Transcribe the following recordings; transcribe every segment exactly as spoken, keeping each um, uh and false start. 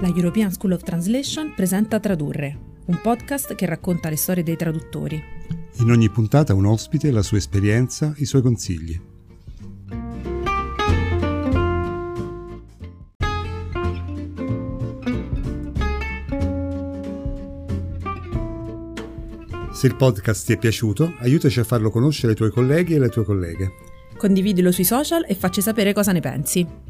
La European School of Translation presenta Tradurre, un podcast che racconta le storie dei traduttori. In ogni puntata un ospite, la sua esperienza, i suoi consigli. Se il podcast ti è piaciuto, aiutaci a farlo conoscere ai tuoi colleghi e alle tue colleghe. Condividilo sui social e facci sapere cosa ne pensi.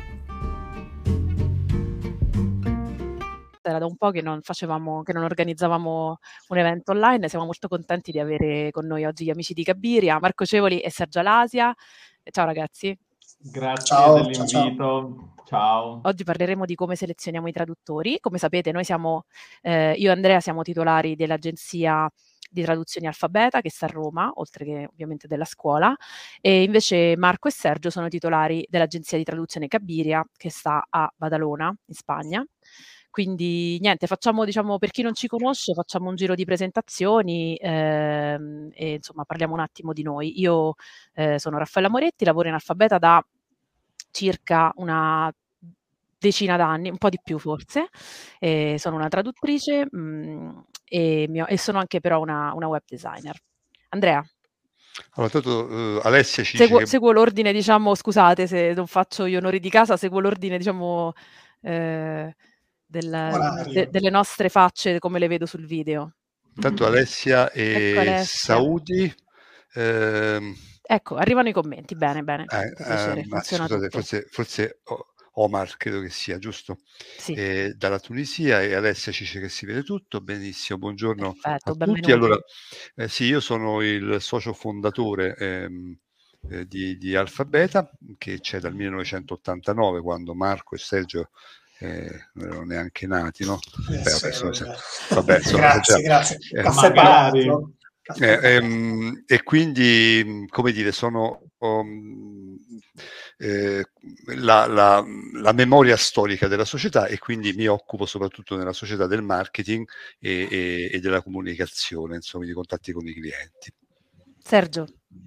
Era da un po' che non facevamo, che non organizzavamo un evento online. Siamo molto contenti di avere con noi oggi gli amici di Cabiria, Marco Cevoli e Sergio Alasia. Ciao ragazzi. Grazie ciao, dell'invito. Ciao, ciao. ciao. Oggi parleremo di come selezioniamo i traduttori. Come sapete, noi siamo, eh, io e Andrea siamo titolari dell'agenzia di traduzioni Alfabeta, che sta a Roma, oltre che ovviamente della scuola, e invece Marco e Sergio sono titolari dell'agenzia di traduzione Cabiria, che sta a Badalona, in Spagna. Quindi niente, facciamo, diciamo, per chi non ci conosce, facciamo un giro di presentazioni ehm, e insomma parliamo un attimo di noi. Io eh, sono Raffaella Moretti, lavoro in Alfabeta da circa una decina d'anni, un po' di più forse, e sono una traduttrice mh, e, mio, e sono anche però una, una web designer. Andrea? Allora, tanto uh, Alessia ci seguo, dice che... seguo l'ordine, diciamo, scusate se non faccio gli onori di casa, seguo l'ordine, diciamo... Eh, Del, de, delle nostre facce come le vedo sul video. Tanto Alessia e ecco Alessia. Saudi ehm... ecco, arrivano i commenti, bene bene eh, piacere, eh, ma scusate, forse, forse Omar credo che sia giusto, sì. eh, dalla Tunisia, e Alessia ci dice che si vede tutto benissimo. Buongiorno. Perfetto, a benvenuti. tutti. Allora eh, sì, io sono il socio fondatore ehm, eh, di, di Alfabeta, che c'è dal millenovecentottantanove, quando Marco e Sergio Eh, non erano neanche nati, no? Eh, Beh, sì, vabbè, vabbè. vabbè, insomma, grazie, già, grazie. Eh, Caffè pagato. Eh, ehm, e quindi, come dire, sono um, eh, la, la, la memoria storica della società, e quindi mi occupo soprattutto nella società del marketing e, e, e della comunicazione, insomma, di contatti con i clienti. Sergio.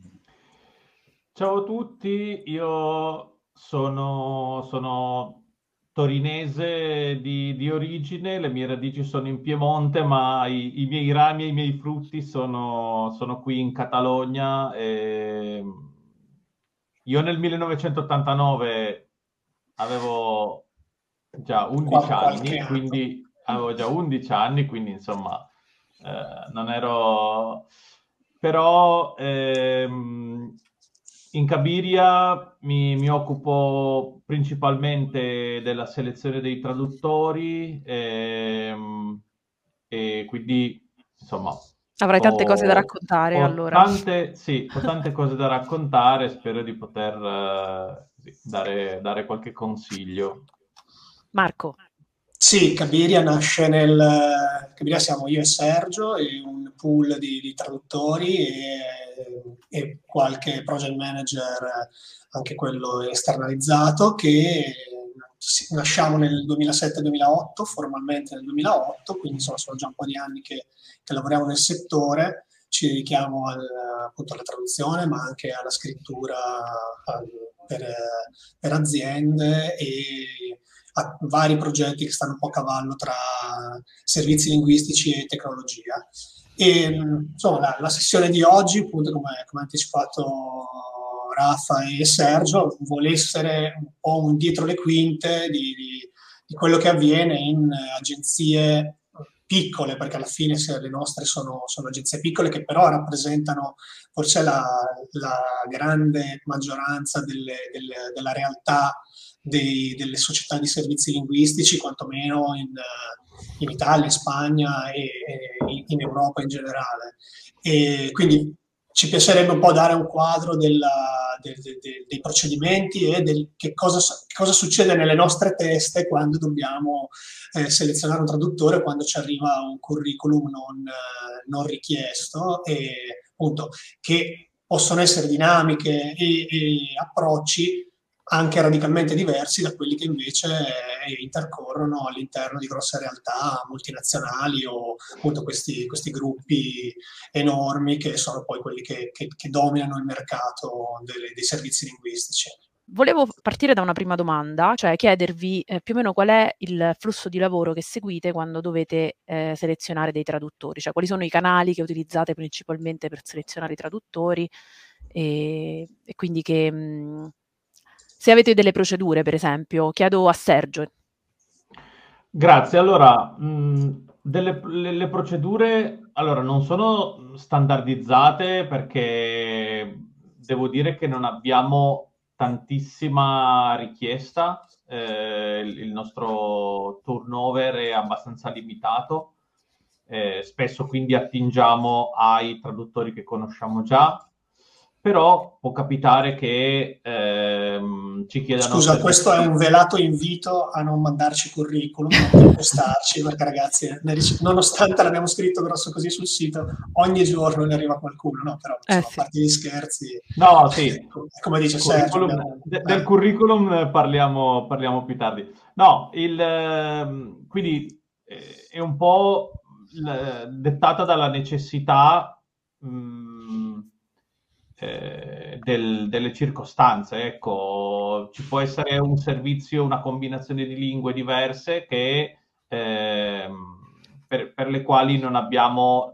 Ciao a tutti, io sono, sono torinese di, di origine, le mie radici sono in Piemonte, ma i, i miei rami e i miei frutti sono, sono qui in Catalogna. E io nel millenovecentottantanove avevo già undici anni, quindi avevo già undici anni, quindi insomma eh, non ero... Però ehm, in Cabiria mi, mi occupo principalmente della selezione dei traduttori ehm, e quindi insomma avrai tante ho, cose da raccontare, ho allora. Tante, sì, ho tante cose da raccontare, spero di poter uh, sì, dare, dare qualche consiglio. Marco. Sì, Cabiria nasce nel... Cabiria siamo io e Sergio, e un pool di, di traduttori e, e qualche project manager, anche quello esternalizzato, che nasciamo nel duemilasette duemilaotto, formalmente nel duemilaotto, quindi insomma, sono già un po' di anni che, che lavoriamo nel settore. Ci dedichiamo al, appunto alla traduzione, ma anche alla scrittura al, per, per aziende e a vari progetti che stanno un po' a cavallo tra servizi linguistici e tecnologia. E insomma, la, la sessione di oggi, appunto, come, come ha anticipato Raffa e Sergio, vuole essere un po' un dietro le quinte di, di, di quello che avviene in agenzie piccole, perché alla fine le nostre sono, sono agenzie piccole che però rappresentano forse la, la grande maggioranza delle, delle, della realtà dei, delle società di servizi linguistici, quantomeno in, in Italia, in Spagna e, e in Europa in generale. E quindi ci piacerebbe un po' dare un quadro della, de, de, de, dei procedimenti e del che cosa, che cosa succede nelle nostre teste quando dobbiamo eh, selezionare un traduttore, quando ci arriva un curriculum non, eh, non richiesto, e appunto che possono essere dinamiche e, e approcci anche radicalmente diversi da quelli che invece eh, intercorrono all'interno di grosse realtà multinazionali o appunto questi, questi gruppi enormi che sono poi quelli che, che, che dominano il mercato delle, dei servizi linguistici. volevo partire da una prima domanda, cioè chiedervi eh, più o meno qual è il flusso di lavoro che seguite quando dovete eh, selezionare dei traduttori, cioè quali sono i canali che utilizzate principalmente per selezionare i traduttori e, e quindi che mh, se avete delle procedure, per esempio. Chiedo a Sergio. Grazie. Allora, mh, delle, le, le procedure allora, non sono standardizzate perché devo dire che non abbiamo tantissima richiesta, eh, il, il nostro turnover è abbastanza limitato, eh, spesso quindi attingiamo ai traduttori che conosciamo già, però può capitare che ehm, ci chiedano... Scusa, servizi. Questo è un velato invito a non mandarci curriculum, non postarci, perché ragazzi, ne ric- nonostante l'abbiamo scritto grosso così sul sito, ogni giorno ne arriva qualcuno, no? Però insomma, Eh, a sì. parte gli scherzi, No, sì. come dice Sergio, Curriculum- abbiamo- de- del curriculum parliamo, parliamo più tardi. No, il, ehm, quindi eh, è un po' l- dettata dalla necessità mh, eh, del- delle circostanze. Ecco, ci può essere un servizio, una combinazione di lingue diverse che, ehm, per, per le quali non abbiamo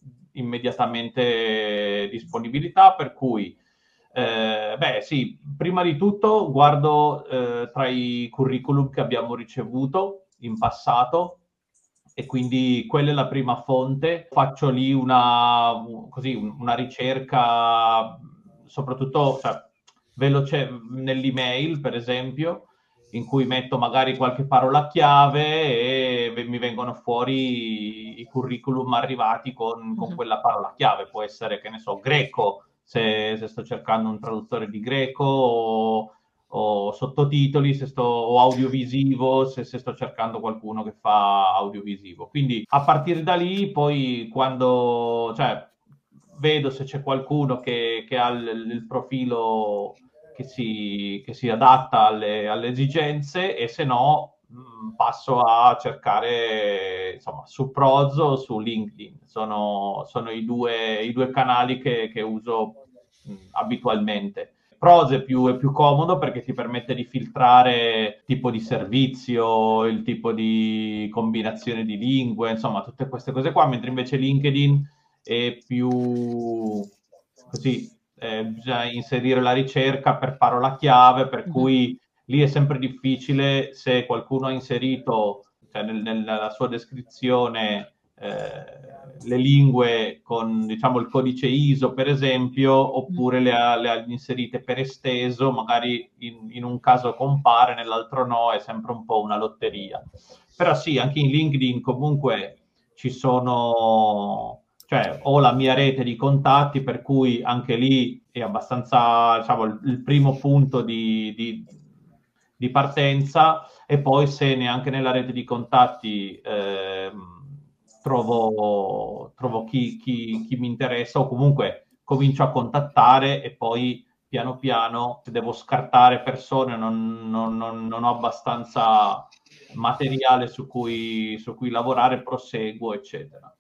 immediatamente disponibilità, per cui eh, beh, sì, prima di tutto guardo eh, tra i curriculum che abbiamo ricevuto in passato e quindi quella è la prima fonte. Faccio lì una, così, una ricerca, soprattutto cioè, veloce nell'email, per esempio, in cui metto magari qualche parola chiave e mi vengono fuori i curriculum arrivati con, con Mhm. quella parola chiave. Può essere, che ne so, greco, se, se sto cercando un traduttore di greco, o, o sottotitoli, se sto, o audiovisivo, se, se sto cercando qualcuno che fa audiovisivo. Quindi a partire da lì, poi quando, cioè, vedo se c'è qualcuno che, che ha il, il profilo che si, che si adatta alle, alle esigenze, e se no mh, passo a cercare insomma su Prozzo o su LinkedIn. Sono, sono i, due, i due canali che, che uso mh, abitualmente. Prozzo è più, è più comodo perché ti permette di filtrare il tipo di servizio, il tipo di combinazione di lingue, insomma tutte queste cose qua, mentre invece LinkedIn è più così, eh, bisogna inserire la ricerca per parola chiave, per Mhm. cui lì è sempre difficile se qualcuno ha inserito, cioè nel, nella sua descrizione, eh, le lingue con, diciamo, il codice I S O, per esempio, oppure le ha, le ha inserite per esteso, magari in, in un caso compare, nell'altro no, è sempre un po' una lotteria. Però sì, anche in LinkedIn comunque ci sono, cioè ho la mia rete di contatti, per cui anche lì è abbastanza, diciamo, il, il primo punto di, di, di partenza, e poi se neanche nella rete di contatti eh, trovo, trovo chi, chi, chi mi interessa, o comunque comincio a contattare, e poi piano piano, se devo scartare persone, non, non, non, non ho abbastanza materiale su cui, su cui lavorare, proseguo, eccetera.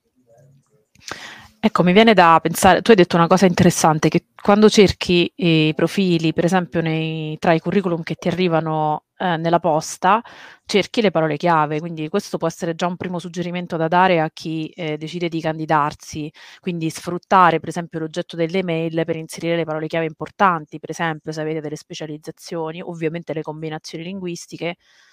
Ecco, mi viene da pensare, tu hai detto una cosa interessante, che quando cerchi i profili, per esempio nei, tra i curriculum che ti arrivano eh, nella posta, cerchi le parole chiave, quindi questo può essere già un primo suggerimento da dare a chi eh, decide di candidarsi, quindi sfruttare per esempio l'oggetto delle mail per inserire le parole chiave importanti, per esempio se avete delle specializzazioni, ovviamente le combinazioni linguistiche,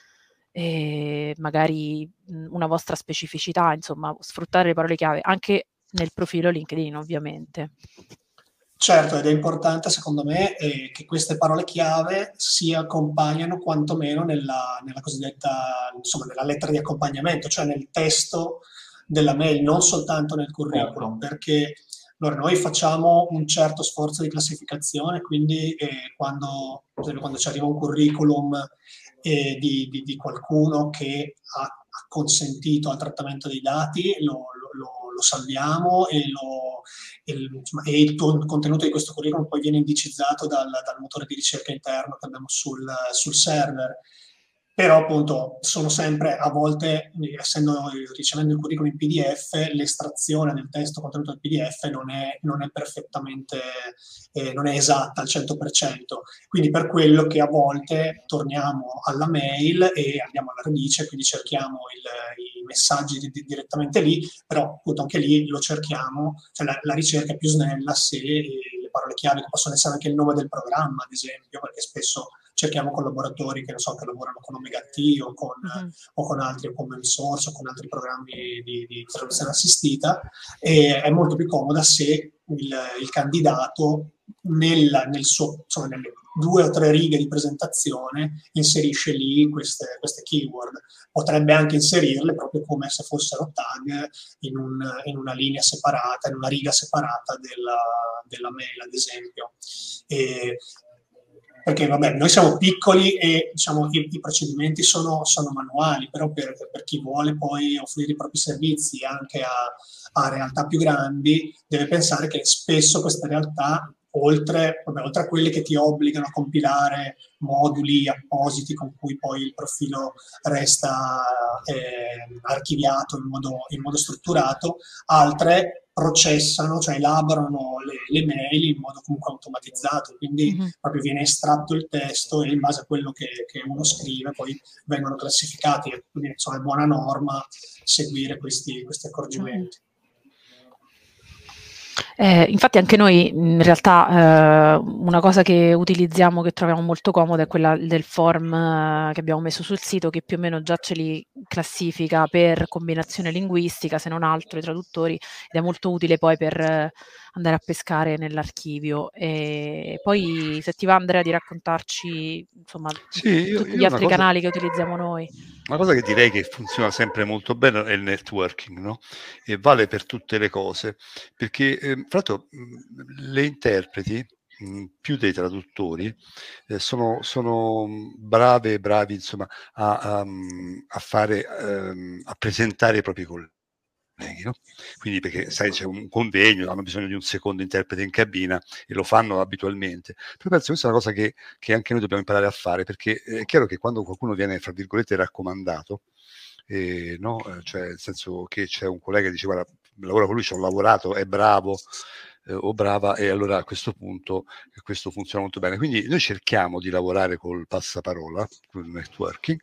e magari mh, una vostra specificità, insomma, sfruttare le parole chiave anche nel profilo LinkedIn, ovviamente. Certo, ed è importante secondo me eh, che queste parole chiave si accompagnano quantomeno nella, nella cosiddetta, insomma, nella lettera di accompagnamento, cioè nel testo della mail, non soltanto nel curriculum, Certo. perché allora, noi facciamo un certo sforzo di classificazione, quindi eh, quando, per esempio, quando ci arriva un curriculum eh, di, di, di qualcuno che ha, ha consentito al trattamento dei dati, lo, lo, lo, lo salviamo e lo e il, insomma, e il contenuto di questo curriculum poi viene indicizzato dal, dal motore di ricerca interno che abbiamo sul, sul server. però appunto sono sempre, a volte, essendo, ricevendo il curriculum in P D F, l'estrazione del testo contenuto nel P D F non è, non è perfettamente, eh, non è esatta al cento per cento, quindi per quello che a volte torniamo alla mail e andiamo alla radice, quindi cerchiamo il, i messaggi di, di, direttamente lì, però appunto anche lì lo cerchiamo, cioè la, la ricerca è più snella se le parole chiave, che possono essere anche il nome del programma, ad esempio, perché spesso cerchiamo collaboratori che, non so, che lavorano con Omega T o con, uh-huh. o con altri open source o con altri programmi di, di traduzione assistita, e è molto più comoda se il, il candidato nel, nel suo, insomma, nelle due o tre righe di presentazione inserisce lì queste, queste keyword. Potrebbe anche inserirle proprio come se fossero tag in, un, in una linea separata, in una riga separata della, della mail, ad esempio. E, perché vabbè, noi siamo piccoli e diciamo, i, i procedimenti sono, sono manuali, però per, per chi vuole poi offrire i propri servizi anche a, a realtà più grandi, deve pensare che spesso queste realtà, oltre, vabbè, oltre a quelle che ti obbligano a compilare moduli appositi con cui poi il profilo resta eh, archiviato in modo, in modo strutturato, altre processano, cioè elaborano le, le mail in modo comunque automatizzato, quindi mm-hmm. proprio viene estratto il testo e in base a quello che, che uno scrive poi vengono classificati, e quindi insomma è buona norma seguire questi, questi accorgimenti. Eh, infatti anche noi in realtà eh, una cosa che utilizziamo, che troviamo molto comoda, è quella del form eh, che abbiamo messo sul sito, che più o meno già ce li classifica per combinazione linguistica, se non altro, i traduttori, ed è molto utile poi per eh, andare a pescare nell'archivio. E poi se ti va, Andrea, di raccontarci insomma sì, io, tutti io gli altri cosa, canali che utilizziamo noi. Una cosa che direi che funziona sempre molto bene è il networking, no? E vale per tutte le cose, perché eh, fra l'altro le interpreti mh, più dei traduttori eh, sono, sono brave e bravi insomma a, a, a fare um, a presentare i propri colleghi. No? Quindi perché sai c'è un convegno, hanno bisogno di un secondo interprete in cabina e lo fanno abitualmente. Però penso che questa è una cosa che, che anche noi dobbiamo imparare a fare, perché è chiaro che quando qualcuno viene, fra virgolette, raccomandato, eh, no? Cioè nel senso che c'è un collega che dice guarda, lavora con lui, ci ho lavorato, è bravo eh, o brava, e allora a questo punto eh, questo funziona molto bene. Quindi noi cerchiamo di lavorare col passaparola, con il networking,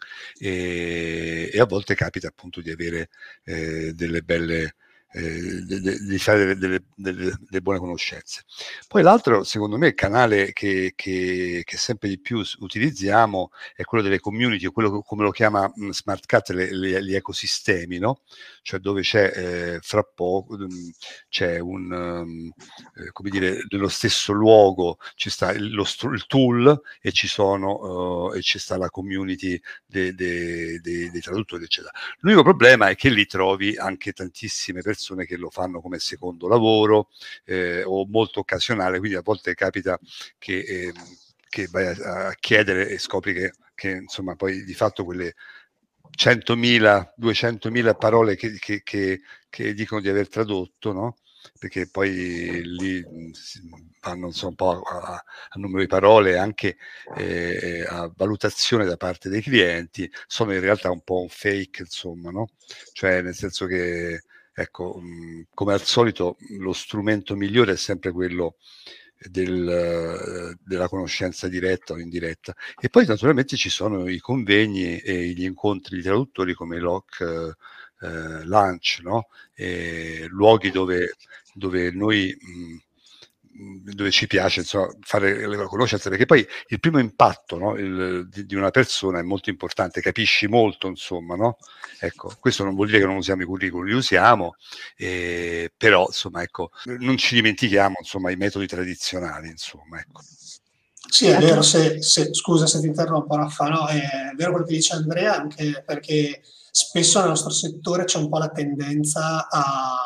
e, e a volte capita appunto di avere eh, delle belle Eh, de, de, di fare delle, delle, delle, delle buone conoscenze. Poi l'altro, secondo me, il canale che, che, che sempre di più utilizziamo è quello delle community, o quello come lo chiama mh, Smartcut, le, le, gli ecosistemi, no? Cioè dove c'è eh, fra poco um, c'è un um, eh, come dire, nello stesso luogo ci sta il, lo, il tool e ci sono uh, e ci sta la community dei, dei, dei, dei traduttori, eccetera. L'unico problema è che lì trovi anche tantissime persone che lo fanno come secondo lavoro eh, o molto occasionale, quindi a volte capita che, eh, che vai a, a chiedere e scopri che, che insomma poi di fatto quelle centomila, duecentomila parole che, che, che, che dicono di aver tradotto, no? Perché poi lì vanno so, un po' a, a numero di parole, anche eh, a valutazione da parte dei clienti, sono in realtà un po' un fake, insomma, no? Cioè nel senso che ecco, mh, come al solito lo strumento migliore è sempre quello del, della conoscenza diretta o indiretta. E poi naturalmente ci sono i convegni e gli incontri di traduttori come l'O C eh, Lunch, no? E luoghi dove, dove noi mh, dove ci piace insomma, fare le conoscenze, perché poi il primo impatto, no? il, di, di una persona è molto importante, capisci molto, insomma, no? Ecco, questo non vuol dire che non usiamo i curriculum, li usiamo, eh, però insomma, ecco, non ci dimentichiamo insomma i metodi tradizionali, insomma, ecco. Sì, è vero, se, se, scusa se ti interrompo Raffa, no? È vero quello che dice Andrea, anche perché spesso nel nostro settore c'è un po' la tendenza a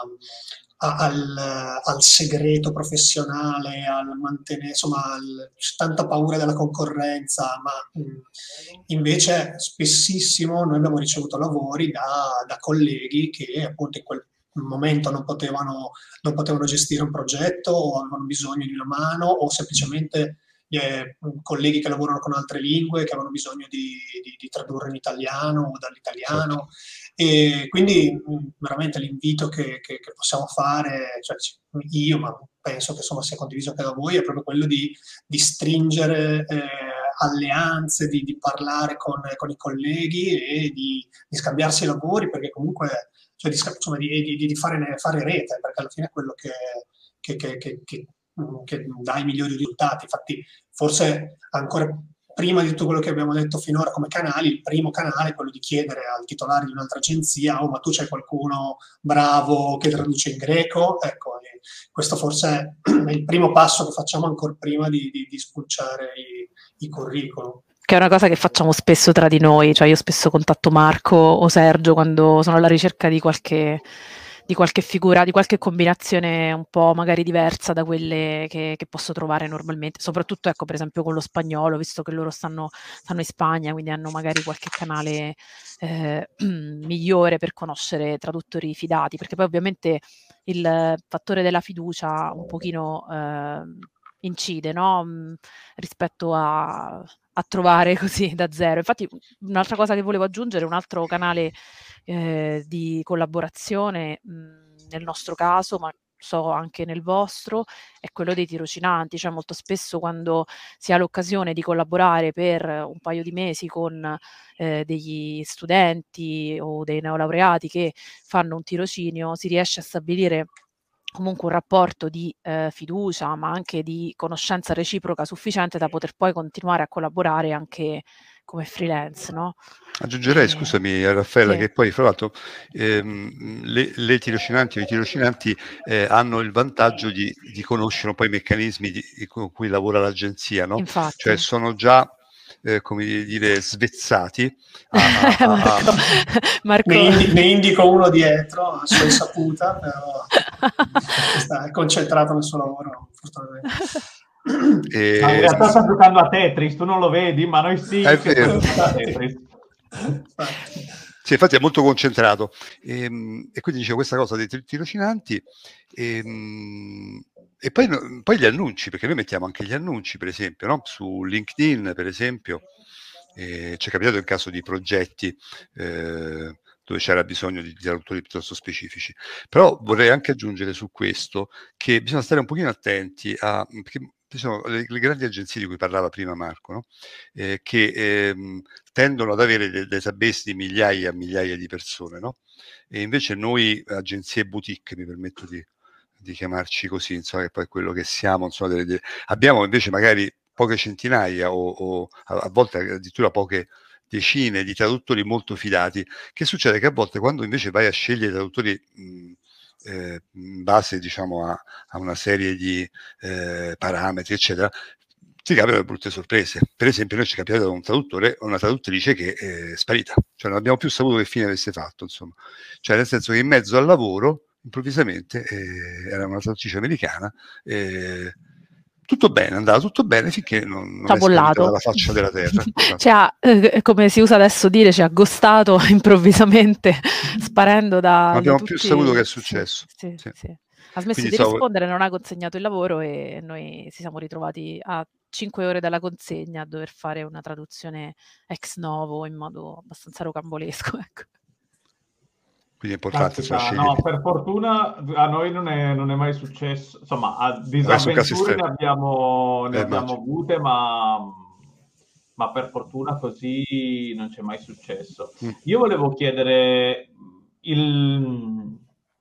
Al, al segreto professionale, al mantenere, insomma, al, c'è tanta paura della concorrenza, ma mh, invece spessissimo noi abbiamo ricevuto lavori da, da colleghi che appunto in quel momento non potevano, non potevano gestire un progetto o avevano bisogno di una mano o semplicemente eh, colleghi che lavorano con altre lingue, che avevano bisogno di, di, di tradurre in italiano o dall'italiano. Certo. E quindi mh, veramente l'invito che, che, che possiamo fare, cioè io, ma penso che insomma sia condiviso anche da voi, è proprio quello di, di stringere eh, alleanze, di, di parlare con, con i colleghi e di, di scambiarsi i lavori, perché comunque, cioè di, insomma, di, di, di fare, fare rete, perché alla fine è quello che, che, che, che, che, che dà i migliori risultati. Infatti forse ancora prima di tutto quello che abbiamo detto finora come canali, il primo canale è quello di chiedere al titolare di un'altra agenzia: oh, ma tu c'hai qualcuno bravo che traduce in greco? Ecco, e questo forse è il primo passo che facciamo ancora prima di, di, di spulciare i, i curriculum. Che è una cosa che facciamo spesso tra di noi, cioè io spesso contatto Marco o Sergio quando sono alla ricerca di qualche, di qualche figura, di qualche combinazione un po' magari diversa da quelle che, che posso trovare normalmente, soprattutto ecco per esempio con lo spagnolo, visto che loro stanno, stanno in Spagna, quindi hanno magari qualche canale eh, migliore per conoscere traduttori fidati, perché poi ovviamente il fattore della fiducia un pochino eh, incide, no? Rispetto a... a trovare così da zero. Infatti un'altra cosa che volevo aggiungere, un altro canale eh, di collaborazione mh, nel nostro caso, ma so anche nel vostro, è quello dei tirocinanti, cioè molto spesso quando si ha l'occasione di collaborare per un paio di mesi con eh, degli studenti o dei neolaureati che fanno un tirocinio, si riesce a stabilire comunque un rapporto di eh, fiducia, ma anche di conoscenza reciproca sufficiente da poter poi continuare a collaborare anche come freelance, no? Aggiungerei, e... scusami Raffaella, sì. che poi fra l'altro ehm, le, le tirocinanti o i tirocinanti eh, hanno il vantaggio di, di conoscere un po' i meccanismi di, con cui lavora l'agenzia, no? Infatti. Cioè sono già eh, come dire, svezzati a, a, a, Marco, Marco... Ne, indi, ne indico uno dietro a sua insaputa, però è concentrato nel suo lavoro fortunatamente. E... Ma in realtà sta giocando a Tetris, tu non lo vedi, ma noi sì, è che vero. a Tetris. Sì, infatti è molto concentrato e, e quindi dicevo questa cosa dei tirocinanti e, e poi, poi gli annunci, perché noi mettiamo anche gli annunci per esempio, no? Su LinkedIn per esempio, eh, ci è capitato in caso di progetti eh, dove c'era bisogno di traduttori piuttosto specifici, però vorrei anche aggiungere su questo che bisogna stare un pochino attenti a, perché ci sono le, le grandi agenzie di cui parlava prima Marco, no? eh, che ehm, tendono ad avere dei database di migliaia e migliaia di persone, no? E invece noi, agenzie boutique, mi permetto di, di chiamarci così, insomma, che poi è quello che siamo, insomma, delle, delle, abbiamo invece magari poche centinaia o, o a, a volte addirittura poche decine di traduttori molto fidati. Che succede? Che a volte quando invece vai a scegliere traduttori mh, eh, in base diciamo a, a una serie di eh, parametri eccetera, ti capitano brutte sorprese. Per esempio noi ci è capitato un traduttore o una traduttrice che è sparita, cioè non abbiamo più saputo che fine avesse fatto, insomma, cioè nel senso che in mezzo al lavoro improvvisamente eh, era una traduttrice americana, eh, tutto bene, andava tutto bene finché non, non è sparita dalla faccia della terra. Cioè, eh, come si usa adesso dire, ci ha ghostato improvvisamente sparendo da... Non abbiamo da più tutti... saputo che è successo. Sì, sì, sì. sì. Ha smesso Quindi di stavo... rispondere, non ha consegnato il lavoro e noi ci siamo ritrovati a cinque ore dalla consegna a dover fare una traduzione ex novo in modo abbastanza rocambolesco, ecco. Quindi è importante Caspita, no, per fortuna a noi non è, non è mai successo, insomma, a disavventure ne abbiamo, ne eh, abbiamo avute, ma, ma per fortuna così non c'è mai successo. Mm. Io volevo chiedere il,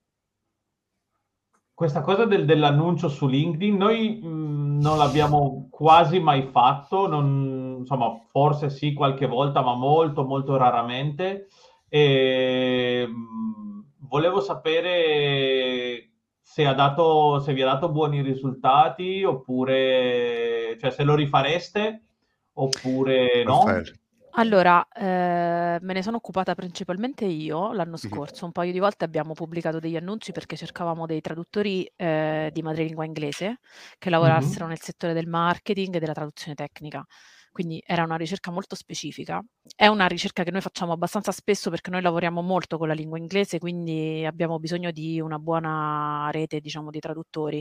questa cosa del, dell'annuncio su LinkedIn, noi mh, non l'abbiamo quasi mai fatto, non, insomma, forse sì qualche volta, ma molto, molto raramente. E volevo sapere se ha dato, se vi ha dato buoni risultati oppure, cioè se lo rifareste oppure no? Allora, eh, me ne sono occupata principalmente io l'anno Mhm. scorso. Un paio di volte abbiamo pubblicato degli annunci perché cercavamo dei traduttori eh, di madrelingua inglese che lavorassero Mhm. nel settore del marketing e della traduzione tecnica. Quindi era una ricerca molto specifica. È una ricerca che noi facciamo abbastanza spesso perché noi lavoriamo molto con la lingua inglese, quindi abbiamo bisogno di una buona rete, diciamo, di traduttori.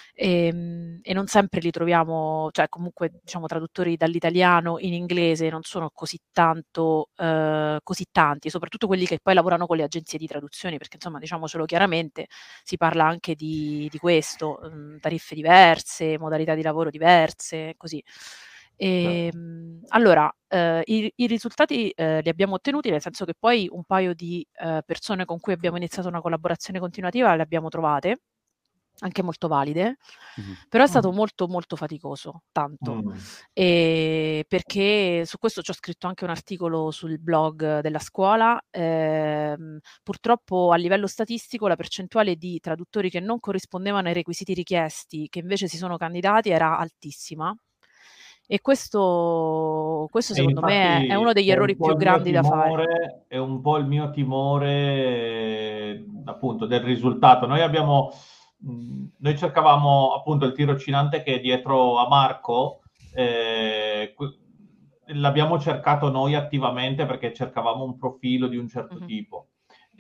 E, e non sempre li troviamo, cioè comunque diciamo traduttori dall'italiano in inglese non sono così tanto eh, così tanti, soprattutto quelli che poi lavorano con le agenzie di traduzioni, perché insomma diciamocelo chiaramente, si parla anche di, di questo, mh, tariffe diverse, modalità di lavoro diverse, così. E, Certo. mh, allora, eh, i, i risultati eh, li abbiamo ottenuti, nel senso che poi un paio di eh, persone con cui abbiamo iniziato una collaborazione continuativa le abbiamo trovate, anche molto valide, Mhm. però è stato Mm. molto molto faticoso, tanto, Mm. e perché su questo ci ho scritto anche un articolo sul blog della scuola. Ehm, purtroppo a livello statistico la percentuale di traduttori che non corrispondevano ai requisiti richiesti, che invece si sono candidati, era altissima. E questo, questo E secondo me è, è uno infatti degli è un errori po' più il mio grandi da fare. timore, è un po' il mio timore eh, appunto del risultato. Noi abbiamo, mh, noi cercavamo appunto il tirocinante che è dietro a Marco, eh, que- l'abbiamo cercato noi attivamente perché cercavamo un profilo di un certo Mhm. tipo.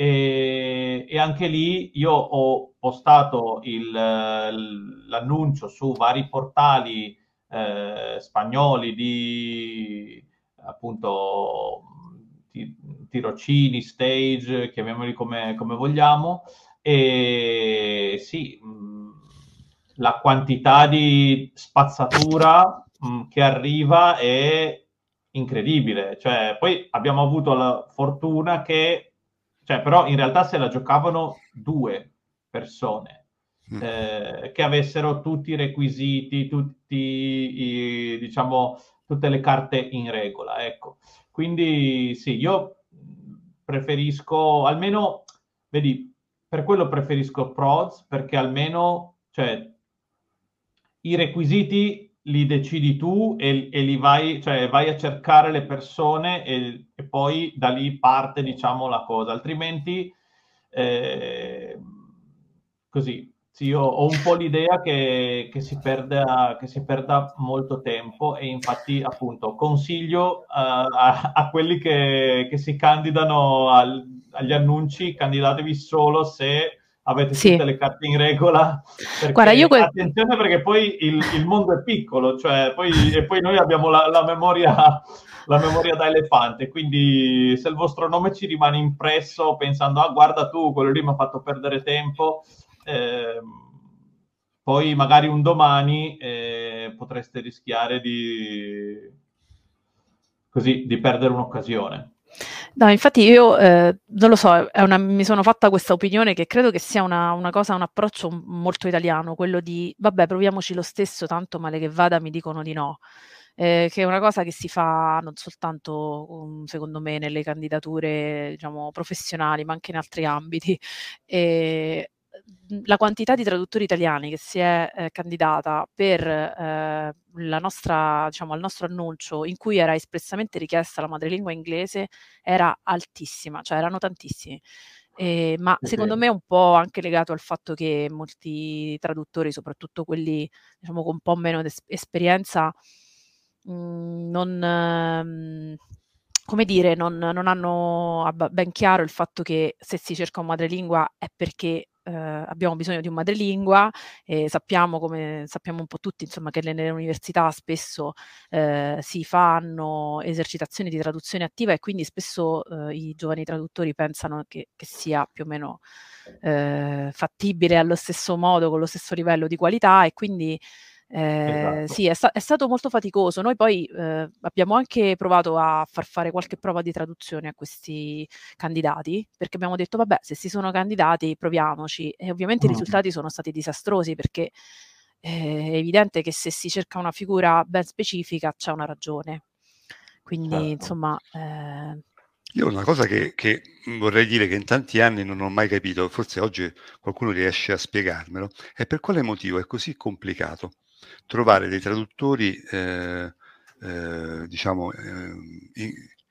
E, e anche lì io ho postato il- l'annuncio su vari portali eh, spagnoli di appunto ti- tirocini, stage, chiamiamoli come, come vogliamo, e sì, mh, la quantità di spazzatura mh, che arriva è incredibile. Cioè, poi abbiamo avuto la fortuna che, cioè, però in realtà se la giocavano due persone Mm. eh, che avessero tutti i requisiti, tutti i, diciamo, tutte le carte in regola, ecco. Quindi sì, io preferisco almeno, vedi, per quello preferisco Proz, perché almeno, cioè, i requisiti li decidi tu e, e li vai, cioè, vai a cercare le persone e, e poi da lì parte, diciamo, la cosa. Altrimenti, eh, così, sì, io ho un po' l'idea che, che si perda, che si perda molto tempo e infatti, appunto, consiglio uh, a, a, quelli che, che si candidano al, agli annunci, candidatevi solo se avete Sì, tutte le carte in regola, guarda, io perché que- attenzione perché poi il, il mondo è piccolo, cioè poi, e poi noi abbiamo la, la, memoria, la memoria da elefante, quindi se il vostro nome ci rimane impresso pensando, ah guarda tu, quello lì mi ha fatto perdere tempo, eh, poi magari un domani eh, potreste rischiare di, così, di perdere un'occasione. No, infatti io eh, non lo so, è una- mi sono fatta questa opinione che credo che sia una, una cosa, un approccio molto italiano, quello di vabbè, proviamoci lo stesso, tanto male che vada mi dicono di no. Eh, che è una cosa che si fa non soltanto, um, secondo me, nelle candidature, diciamo, professionali, ma anche in altri ambiti. E, la quantità di traduttori italiani che si è eh, candidata per eh, la nostra, diciamo, al nostro annuncio in cui era espressamente richiesta la madrelingua inglese era altissima, cioè erano tantissimi. Eh, ma Sì, secondo sì. me è un po' anche legato al fatto che molti traduttori, soprattutto quelli diciamo con un po' meno es- esperienza, mh, non, ehm, come dire, non, non hanno abba- ben chiaro il fatto che se si cerca un madrelingua è perché eh, abbiamo bisogno di un madrelingua, e sappiamo, come sappiamo un po' tutti, insomma, che nelle università spesso eh, si fanno esercitazioni di traduzione attiva e quindi spesso eh, i giovani traduttori pensano che, che sia più o meno eh, fattibile allo stesso modo, con lo stesso livello di qualità, e quindi eh, Esatto. sì, è, sta- è stato molto faticoso. Noi poi eh, abbiamo anche provato a far fare qualche prova di traduzione a questi candidati, perché abbiamo detto, vabbè, se si sono candidati, proviamoci. E ovviamente i Mm. risultati sono stati disastrosi, perché eh, è evidente che se si cerca una figura ben specifica c'è una ragione. Quindi, Certo. insomma... Eh... Io una cosa che, che vorrei dire che in tanti anni non ho mai capito, forse oggi qualcuno riesce a spiegarmelo, è per quale motivo è così complicato trovare dei traduttori, eh, eh, diciamo, eh, in,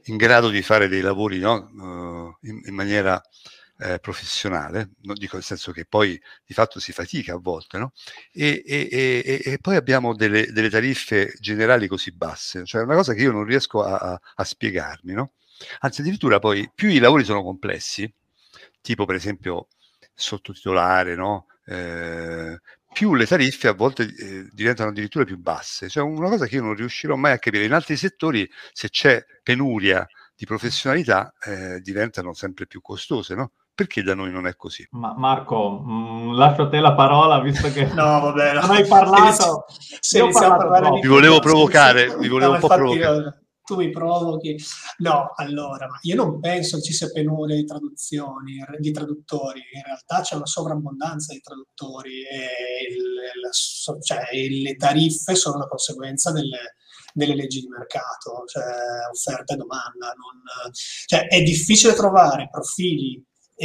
in grado di fare dei lavori, no? uh, in, in maniera eh, professionale, non dico nel senso che poi di fatto si fatica a volte, no? E, e, e, e poi abbiamo delle, delle tariffe generali così basse, cioè una cosa che io non riesco a, a, a spiegarmi, no? Anzi, addirittura poi più i lavori sono complessi, tipo per esempio sottotitolare, no? Eh, più le tariffe a volte eh, diventano addirittura più basse. Cioè una cosa che io non riuscirò mai a capire. In altri settori, se c'è penuria di professionalità, eh, diventano sempre più costose, no? Perché da noi non è così? Ma Marco, mh, lascio a te la parola, visto che no, vabbè, no. non hai parlato. Se, se iniziamo a parlare di vi volevo provocare, vi volevo no, un po' provocare. Io, tu mi provochi. No, allora, io non penso che ci sia penuria di traduzioni, di traduttori. In realtà c'è una sovrabbondanza di traduttori e il, il, cioè, le tariffe sono una conseguenza delle, delle leggi di mercato, cioè offerta e domanda. Non, cioè, è difficile trovare profili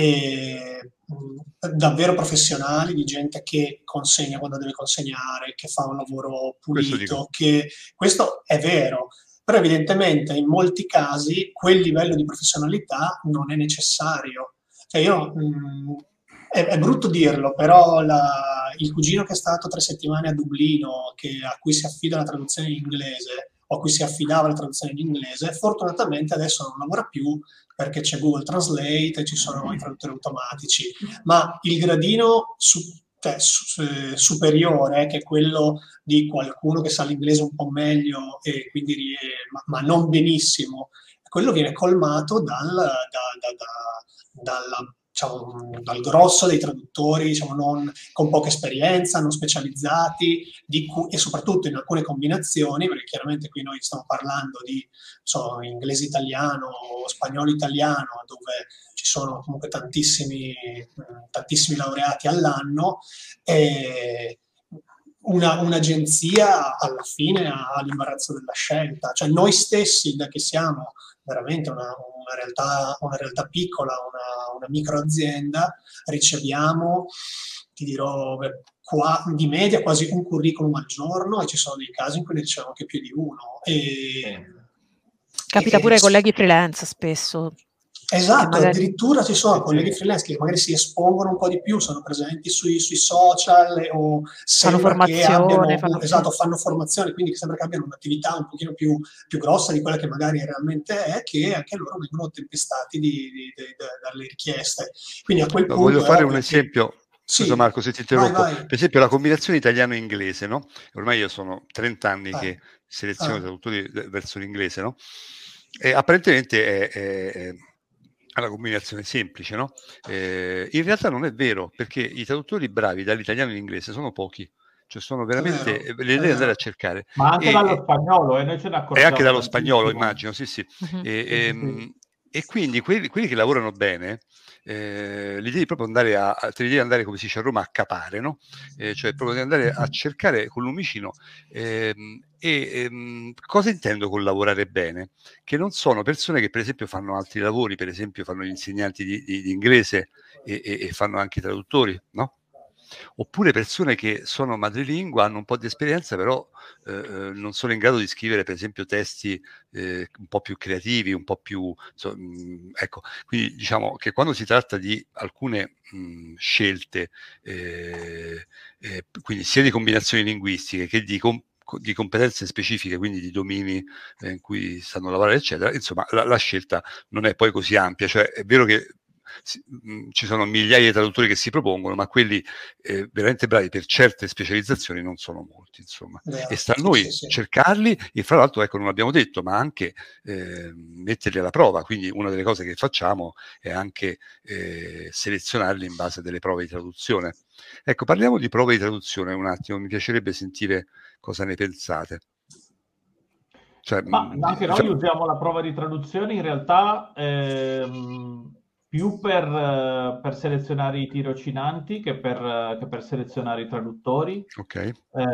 E, mh, davvero professionali, di gente che consegna quando deve consegnare, che fa un lavoro pulito, questo, che questo è vero, però evidentemente in molti casi quel livello di professionalità non è necessario. Cioè io, mh, è, è brutto dirlo, però la, il cugino che è stato tre settimane a Dublino, che, a cui si affida la traduzione in inglese, o a cui si affidava la traduzione in inglese, fortunatamente adesso non lavora più perché c'è Google Translate e ci sono i traduttori automatici, ma il gradino su, cioè, su, eh, superiore, che è quello di qualcuno che sa l'inglese un po' meglio, e quindi, eh, ma, ma non benissimo, quello viene colmato dal, da, da, da, dalla, diciamo, dal grosso dei traduttori, diciamo, non, con poca esperienza, non specializzati, di cui, e soprattutto in alcune combinazioni, perché chiaramente qui noi stiamo parlando di so, inglese-italiano o spagnolo-italiano, dove ci sono comunque tantissimi, tantissimi laureati all'anno, e una, un'agenzia alla fine ha l'imbarazzo della scelta. Cioè noi stessi, da che siamo veramente una, una, realtà, una realtà piccola, una, una microazienda, riceviamo, ti dirò, qua, di media quasi un curriculum al giorno, e ci sono dei casi in cui ne ricevono anche più di uno. E, Capita e, pure ai colleghi freelance spesso. Esatto, magari... addirittura ci sono colleghi freelance che magari si espongono un po' di più, sono presenti sui, sui social o sembra che abbiano, fanno... esatto, fanno formazione, quindi sembra che abbiano un'attività un pochino più, più grossa di quella che magari realmente è, che anche loro vengono tempestati di, di, di, di, dalle richieste. Quindi a quel no, punto... Voglio fare un esempio... Che... Scusa sì, Marco, se ti interrompo. vai, vai. Per esempio la combinazione italiano-inglese, no? Ormai io sono trenta anni eh. che seleziono i traduttori verso l'inglese, no? E apparentemente è... è, è una combinazione semplice, no? Eh, in realtà non è vero, perché i traduttori bravi dall'italiano all'inglese sono pochi, cioè sono veramente, vero, le devi andare a cercare. Ma anche e, dallo spagnolo, e eh, noi ce ne accorgiamo. E anche dallo spagnolo, immagino, sì, sì. Uh-huh. E, sì, ehm, sì. e quindi quelli, quelli che lavorano bene, eh, li devi proprio andare a, te li devi andare, come si dice a Roma, a capare, no? Eh, cioè proprio devi andare a cercare con lumicino. Ehm, e ehm, cosa intendo con lavorare bene? Che non sono persone che per esempio fanno altri lavori, per esempio fanno gli insegnanti di, di, di inglese e, e, e fanno anche i traduttori, no? Oppure persone che sono madrelingua, hanno un po' di esperienza, però eh, non sono in grado di scrivere, per esempio, testi eh, un po' più creativi, un po' più... So, mh, ecco, quindi diciamo che quando si tratta di alcune mh, scelte, eh, eh, quindi sia di combinazioni linguistiche che di... Com- di competenze specifiche, quindi di domini eh, in cui sanno lavorare, eccetera, insomma, la, la scelta non è poi così ampia. Cioè, è vero che ci sono migliaia di traduttori che si propongono, ma quelli eh, veramente bravi per certe specializzazioni non sono molti, insomma. Vero, e sta a noi sì, sì, cercarli, e fra l'altro, ecco, non l'abbiamo detto, ma anche eh, metterli alla prova. Quindi una delle cose che facciamo è anche eh, selezionarli in base a delle prove di traduzione. Ecco, parliamo di prove di traduzione un attimo, mi piacerebbe sentire cosa ne pensate. Cioè, ma mh, anche diciamo... noi usiamo la prova di traduzione in realtà ehm, più per, per selezionare i tirocinanti che per, che per selezionare i traduttori. Okay.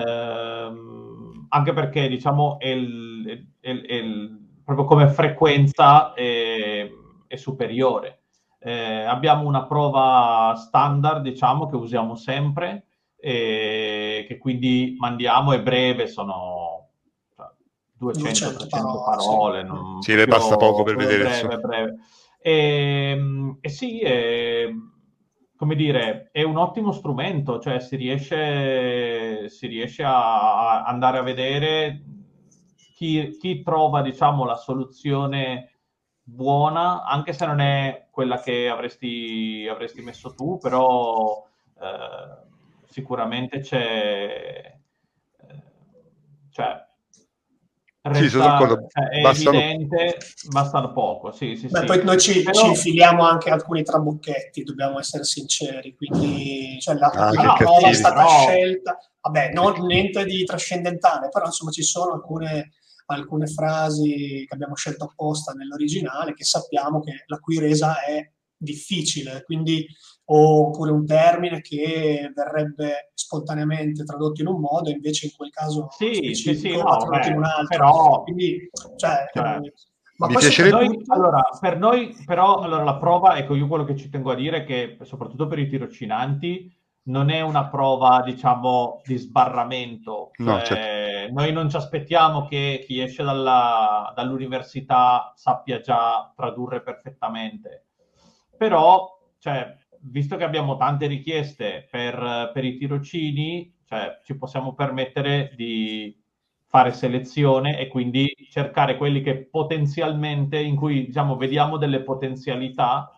Ehm, anche perché, diciamo, è il, è, è il, proprio come frequenza è, è superiore. Eh, abbiamo una prova standard, diciamo, che usiamo sempre, e che quindi mandiamo, è breve, sono duecento trecento parole. Sì, non, sì beh, basta poco per vedere. Breve, breve. E, e sì, è, come dire, è un ottimo strumento, cioè si riesce, si riesce a, a andare a vedere chi, chi trova, diciamo, la soluzione buona, anche se non è quella che avresti, avresti messo tu, però eh, sicuramente c'è, eh, cioè resta, sì, sono d'accordo. cioè, è Bastano... evidente, bastano poco, sì, sì, Beh, sì. poi noi ci, Però... ci infiliamo anche alcuni trabocchetti, dobbiamo essere sinceri, quindi cioè, la, ah, la che prova cattivi. è stata però... scelta, vabbè, non niente di trascendentale, però insomma ci sono alcune, alcune frasi che abbiamo scelto apposta nell'originale che sappiamo che la cui resa è difficile, quindi oppure un termine che verrebbe spontaneamente tradotto in un modo, invece in quel caso sì, specifico sì, sì, va no, tradotto beh, in un altro. però... Quindi, cioè, cioè... eh, ma Mi poi piacerebbe... Noi, allora, per noi, però, allora, la prova, ecco, io quello che ci tengo a dire è che, soprattutto per i tirocinanti, non è una prova, diciamo, di sbarramento. Cioè, no, certo. noi non ci aspettiamo che chi esce dalla, dall'università sappia già tradurre perfettamente. Però, cioè, visto che abbiamo tante richieste per, per i tirocini, cioè, ci possiamo permettere di fare selezione e quindi cercare quelli che potenzialmente, in cui diciamo vediamo delle potenzialità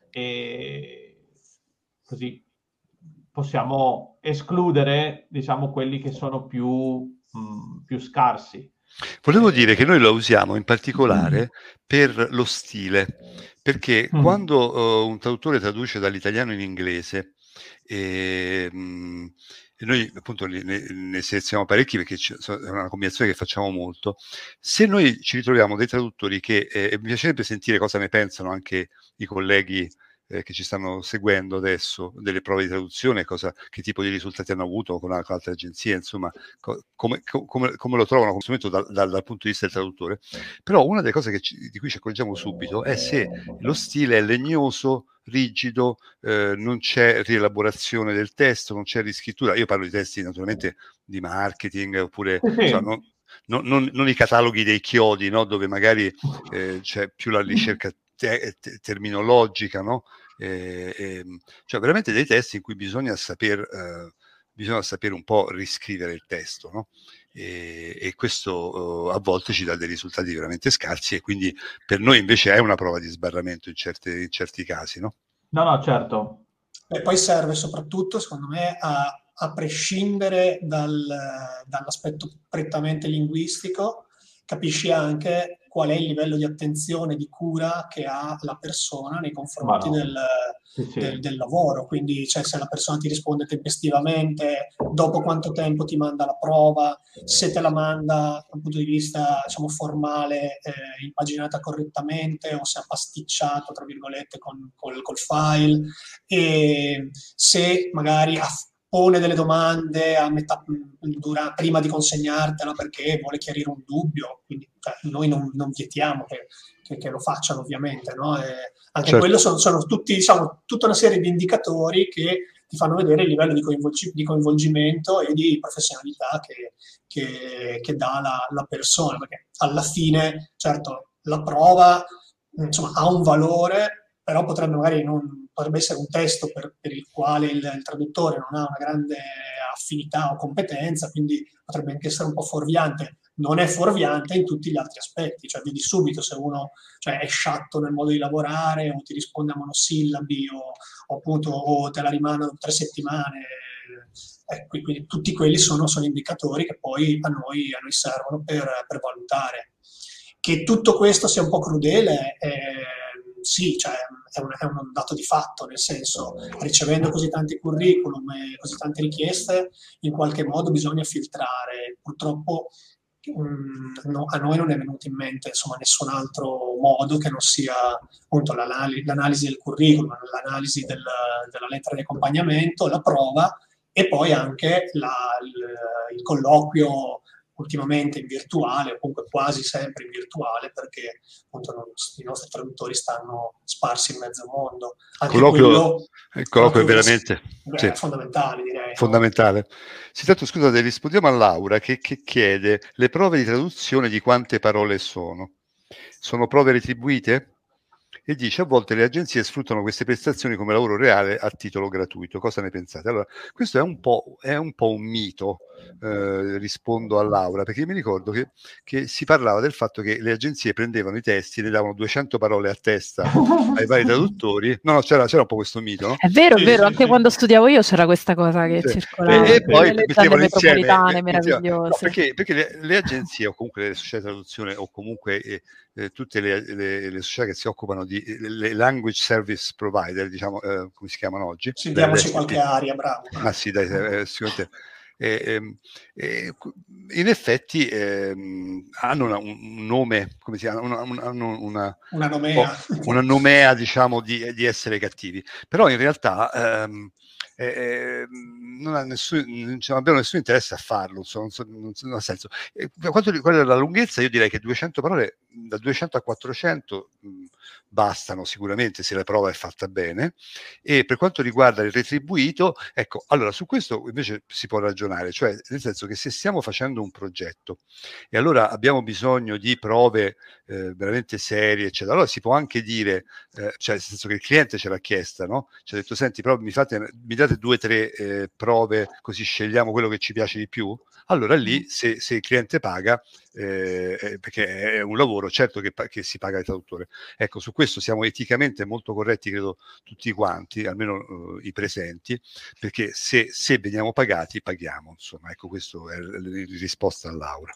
e così possiamo escludere diciamo quelli che sono più, mh, più scarsi. Volevo eh... dire che noi lo usiamo in particolare per lo stile, perché mm. quando uh, un traduttore traduce dall'italiano in inglese, e, mh, e noi appunto ne, ne selezioniamo parecchi perché è una combinazione che facciamo molto, se noi ci ritroviamo dei traduttori che, eh, e mi piacerebbe sentire cosa ne pensano anche i colleghi eh, che ci stanno seguendo adesso delle prove di traduzione, cosa, che tipo di risultati hanno avuto con, con altre agenzie, insomma, co- come, co- come, come lo trovano come strumento dal, dal, dal punto di vista del traduttore. Però una delle cose che ci, di cui ci accorgiamo subito è se lo stile è legnoso, rigido, eh, non c'è rielaborazione del testo, non c'è riscrittura. Io parlo di testi naturalmente di marketing, oppure sì, sì. Insomma, non, non, non, non i cataloghi dei chiodi, no? Dove magari eh, c'è più la ricerca te- te- terminologica, no? Eh, eh, cioè veramente dei testi in cui bisogna saper, eh, bisogna sapere un po' riscrivere il testo, no? E, e questo uh, a volte ci dà dei risultati veramente scarsi e quindi per noi invece è una prova di sbarramento in, certe, in certi casi, no? No, no, certo. E poi serve soprattutto, secondo me, a, a prescindere dal, dall'aspetto prettamente linguistico, capisci anche qual è il livello di attenzione, di cura che ha la persona nei confronti no. del, sì, sì. del, del lavoro. Quindi cioè, se la persona ti risponde tempestivamente, dopo quanto tempo ti manda la prova, se te la manda da un punto di vista diciamo, formale, eh, impaginata correttamente o se ha pasticciato, tra virgolette, con, col, col file, e se magari ha pone delle domande a metà, dura, prima di consegnartela perché vuole chiarire un dubbio, quindi cioè, noi non, non vietiamo che, che, che lo facciano ovviamente, no? E anche certo. quello sono, sono tutti, diciamo, tutta una serie di indicatori che ti fanno vedere il livello di, coinvolgi- di coinvolgimento e di professionalità che, che, che dà la, la persona, perché alla fine, certo, la prova insomma, ha un valore, però potrebbe magari non potrebbe essere un testo per, per il quale il, il traduttore non ha una grande affinità o competenza, quindi potrebbe anche essere un po' fuorviante. Non è fuorviante in tutti gli altri aspetti, cioè vedi subito se uno cioè, è sciatto nel modo di lavorare o ti risponde a monosillabi o, o appunto o te la rimane tre settimane. Eh, quindi tutti quelli sono, sono indicatori che poi a noi, a noi servono per, per valutare. Che tutto questo sia un po' crudele, eh, sì, cioè, è, un, è un dato di fatto, nel senso, ricevendo così tanti curriculum e così tante richieste, in qualche modo bisogna filtrare. Purtroppo mh, no, a noi non è venuto in mente insomma, nessun altro modo che non sia appunto l'analisi, l'analisi del curriculum, l'analisi del, della lettera di accompagnamento, la prova e poi anche la, il, il colloquio ultimamente in virtuale, o comunque quasi sempre in virtuale, perché appunto non, i nostri traduttori stanno sparsi in mezzo mondo. Anche colloquio, quello, il colloquio è veramente beh, sì, fondamentale, direi. fondamentale. No? Si tratta, scusate, rispondiamo a Laura che, che chiede le prove di traduzione di quante parole sono. Sono prove retribuite? E dice a volte le agenzie sfruttano queste prestazioni come lavoro reale a titolo gratuito. Cosa ne pensate? Allora, questo è un po', è un, po' un mito, eh, rispondo a Laura, perché io mi ricordo che, che si parlava del fatto che le agenzie prendevano i testi e ne davano duecento parole a testa ai vari traduttori. No, no, c'era, c'era un po' questo mito, no? È vero, Sì, è vero, sì, anche sì. quando studiavo io c'era questa cosa che Sì. circolava. E, e poi le mettevano leggende insieme, metropolitane mettevano- meravigliose. no, perché, perché le, le agenzie o comunque le società di traduzione o comunque eh, eh, tutte le, le, le società che si occupano di le, le language service provider, diciamo, eh, come si chiamano oggi? Sì, diamoci Le- qualche aria, bravo. Ah sì, dai, eh, sicuramente. Eh, ehm, eh, in effetti ehm, hanno una- un nome, come si chiama? Una, una, hanno una, Una nomea. oh, una nomea, diciamo, di, di essere cattivi. Però in realtà ehm, eh, non, ha nessun, non abbiamo nessun interesse a farlo, insomma, non, so, non, so, non ha senso. E per quanto riguarda la lunghezza, io direi che duecento parole, da duecento a quattrocento mh, bastano sicuramente se la prova è fatta bene. E per quanto riguarda il retribuito, ecco, allora su questo invece si può ragionare, cioè nel senso che se stiamo facendo un progetto e allora abbiamo bisogno di prove eh, veramente serie, eccetera, allora si può anche dire, eh, cioè nel senso che il cliente ce l'ha chiesta, no? Ci ha detto, senti, però mi, fate, mi date due o tre eh, prove così scegliamo quello che ci piace di più? Allora lì, se, se il cliente paga, eh, perché è un lavoro, certo che, che si paga il traduttore. Ecco, su questo siamo eticamente molto corretti, credo, tutti quanti, almeno uh, i presenti, perché se, se veniamo pagati, paghiamo. Insomma, ecco, questo è la risposta a Laura.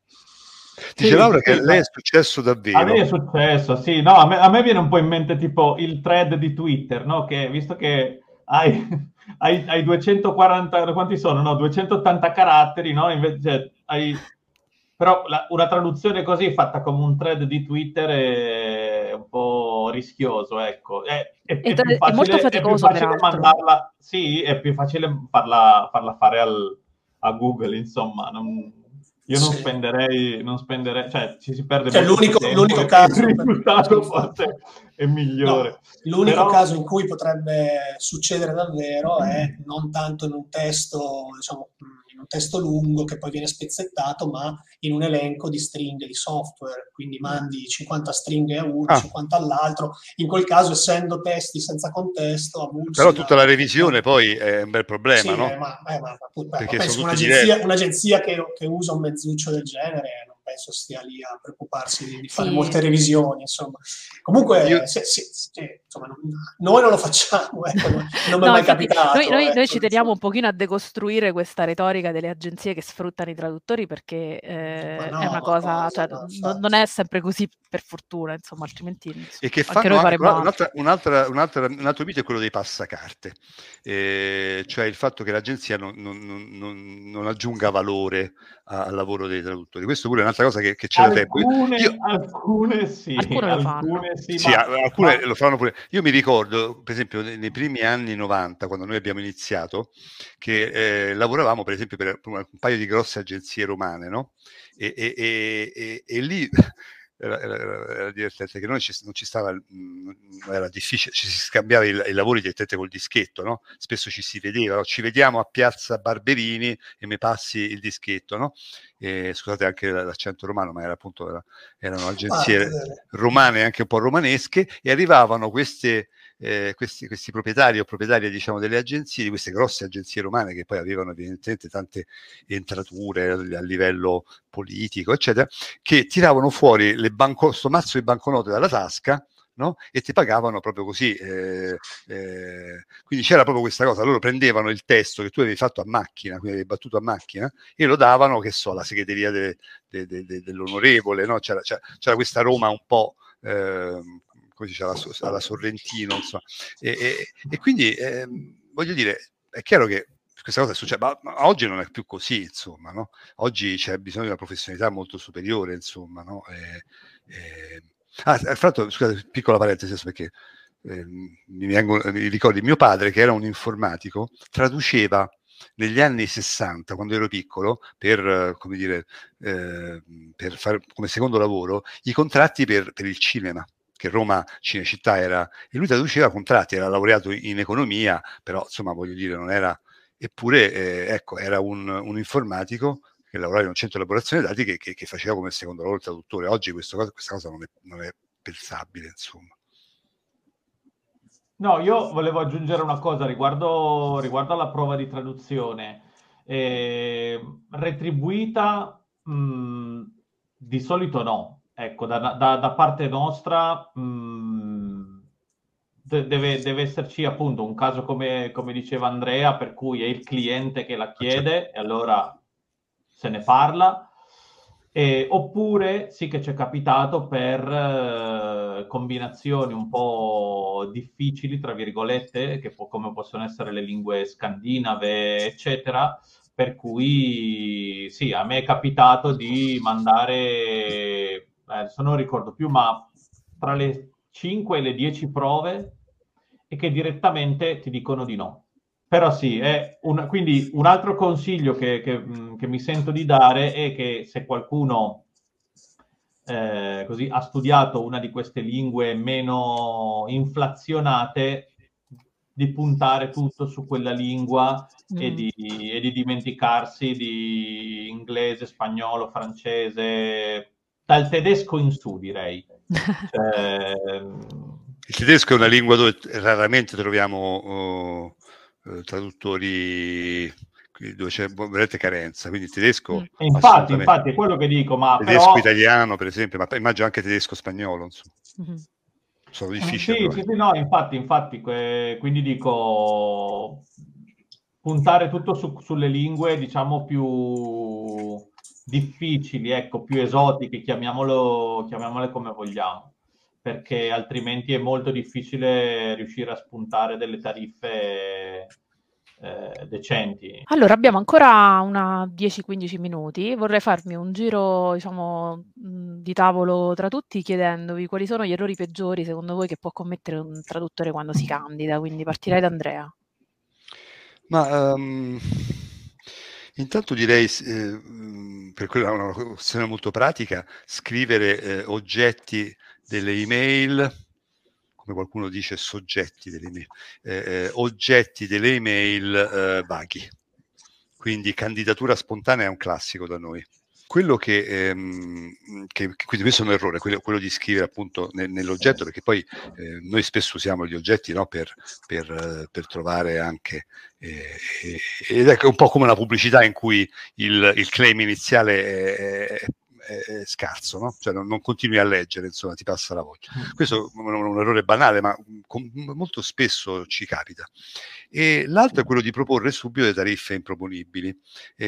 Dice Sì, Laura sì, che sì, lei è ma successo a davvero. me è successo, sì, no, a me, a me viene un po' in mente tipo il thread di Twitter, no? Che visto che hai, hai, hai duecentoquaranta, quanti sono? No, duecentottanta caratteri, no? Invece hai, però la- una traduzione così fatta come un thread di Twitter è un po' rischioso, ecco. È, è- E è tra- più è molto facile, è più faticoso, facile peraltro. mandarla, sì, è più facile farla, farla fare al- a Google, insomma. Non- io non Sì. spenderei, non spenderei, cioè ci si perde Cioè, molto più l'unico, tempo l'unico e caso il per- risultato forse è migliore. No, l'unico Però caso in cui potrebbe succedere davvero è non tanto in un testo, diciamo, in un testo lungo che poi viene spezzettato, ma in un elenco di stringhe di software. Quindi mandi cinquanta stringhe a uno, Ah, cinquanta all'altro. In quel caso, essendo testi senza contesto, però avulsi tutta da, la revisione da- poi è un bel problema, sì, eh, no? ma, eh, ma, ma- beh, ma Perché penso sono che tutti un'agenzia, diversi. un'agenzia che, che usa un mezzuccio del genere non penso stia lì a preoccuparsi di, di fare Sì. molte revisioni, insomma. Io, Comunque, sì, sì, sì, insomma, non- noi non lo facciamo, ecco, non, non mi è No, mai infatti capitato. noi, noi- noi ecco, ci teniamo un insomma. pochino a decostruire questa retorica delle agenzie che sfruttano i traduttori, perché eh, Ma no, è una ma cosa, cosa, cioè, no, non, non infatti. è sempre così, per fortuna, insomma, altrimenti e insomma, che anche fanno noi anche faremmo un'altra, altro. un'altra, un'altra, un altro mito è quello dei passacarte, eh, cioè il fatto che l'agenzia non, non, non, non aggiunga valore al lavoro dei traduttori. Questo pure è un'altra cosa che, che c'è da tempo. Io, alcune, alcune sì, Alcune lo fanno. alcune sì, sì, ma, alcune ma lo fanno pure. Io mi ricordo, per esempio, nei primi anni novanta, quando noi abbiamo iniziato, che eh, lavoravamo, per esempio, per un paio di grosse agenzie romane, no? E, e, e, e, e lì era, era, era divertente che non ci, non ci stava, mh, era difficile, ci si scambiava i, i lavori direttamente col dischetto, no? Spesso ci si vedeva, no? Ci vediamo a Piazza Barberini e mi passi il dischetto, no? E, scusate anche l'accento romano, ma era appunto era, erano agenzie Parte delle- romane, anche un po' romanesche, e arrivavano queste, eh, questi, questi proprietari o proprietarie, diciamo, delle agenzie, di queste grosse agenzie romane che poi avevano evidentemente tante entrature a livello politico, eccetera, che tiravano fuori le banco, sto mazzo di banconote dalla tasca, no? E ti pagavano proprio così. Eh, eh, quindi c'era proprio questa cosa, loro prendevano il testo che tu avevi fatto a macchina, quindi avevi battuto a macchina, e lo davano, che so, alla segreteria de, de, de, de, dell'onorevole, no? C'era, c'era, c'era questa Roma un po'... Eh, come si dice, alla, alla Sorrentino, insomma. E, e, e quindi eh, voglio dire, è chiaro che questa cosa è successa, ma, ma oggi non è più così, insomma, no? Oggi c'è bisogno di una professionalità molto superiore, insomma, no? E, e... Ah, tra l'altro, scusate, piccola parentesi, perché eh, mi, vengono, mi ricordi mio padre, che era un informatico, traduceva negli anni sessanta, quando ero piccolo, per, come dire, eh, per fare come secondo lavoro, i contratti per, per il cinema, che Roma Cinecittà era, e lui traduceva contratti, era laureato in economia, però insomma voglio dire non era, eppure eh, ecco, era un, un informatico che lavorava in un centro di elaborazione dati che, che, che faceva come secondo lavoro il traduttore. Oggi questo, questa cosa non è, non è pensabile, insomma. No, io volevo aggiungere una cosa riguardo, riguardo alla prova di traduzione. Eh, retribuita mh, di solito no. Ecco, da, da- da parte nostra mh, de- deve, deve esserci appunto un caso come, come diceva Andrea, per cui è il cliente che la chiede e allora se ne parla. Eh, oppure sì che ci è capitato per eh, combinazioni un po' difficili, tra virgolette, che po- come possono essere le lingue scandinave, eccetera, per cui sì, a me è capitato di mandare, eh, adesso non ricordo più, ma tra le cinque e le dieci prove e che direttamente ti dicono di no. Però sì, è un, quindi un altro consiglio che, che, mh, che mi sento di dare è che se qualcuno eh, così ha studiato una di queste lingue meno inflazionate, di puntare tutto su quella lingua Mm. e, di, e di dimenticarsi di inglese, spagnolo, francese, dal tedesco in su, direi. Cioè, il tedesco è una lingua dove raramente troviamo oh, eh, traduttori dove c'è veramente carenza, quindi il tedesco Mm. infatti, infatti è quello che dico, ma tedesco però... italiano per esempio, ma immagino anche tedesco spagnolo, insomma. Mm-hmm. Sono Eh, difficili. sì, sì, sì, no, infatti, infatti, que- quindi dico puntare tutto su- sulle lingue, diciamo, più difficili, ecco, più esotiche, chiamiamolo, chiamiamole come vogliamo, perché altrimenti è molto difficile riuscire a spuntare delle tariffe eh, decenti. Allora, abbiamo ancora una dieci quindici minuti. Vorrei farmi un giro, diciamo, mh, di tavolo tra tutti chiedendovi quali sono gli errori peggiori secondo voi che può commettere un traduttore quando si candida. Quindi partirei da Andrea. Ma um, intanto direi, eh, per quella è una questione molto pratica, scrivere eh, oggetti delle email, come qualcuno dice soggetti delle email, eh, eh, oggetti delle email eh, vaghi. Quindi candidatura spontanea è un classico da noi. Quello che, ehm, che quindi questo è un errore, quello, quello di scrivere appunto ne, nell'oggetto, perché poi eh, noi spesso usiamo gli oggetti, no, per, per, per trovare anche, eh, ed è un po' come una pubblicità in cui il, il claim iniziale è, è, è scarso, no? Cioè non, non continui a leggere, insomma ti passa la voglia. Questo è un, un errore banale, ma com, molto spesso ci capita. E l'altro è quello di proporre subito le tariffe improponibili.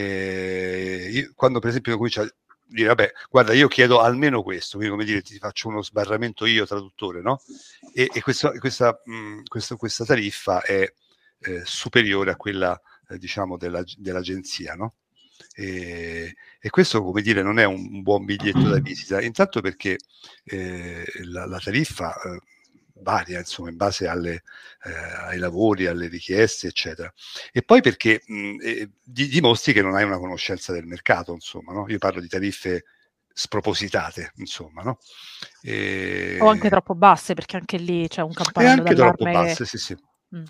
Eh, io, quando per esempio comincio a dire vabbè guarda io chiedo almeno questo, quindi come dire ti faccio uno sbarramento io traduttore, no? E, e questo, questa, mh, questo, questa tariffa è eh, superiore a quella eh, diciamo della, dell'agenzia, no? E, e questo come dire non è un buon biglietto da visita, intanto perché eh, la, la tariffa eh, varia insomma in base alle, eh, ai lavori, alle richieste eccetera, e poi perché mh, eh, di, dimostri che non hai una conoscenza del mercato, insomma, no? Io parlo di tariffe spropositate, insomma, no? E... O anche troppo basse, perché anche lì c'è un e campanello anche troppo d'allarme basse, che... sì sì. Mm.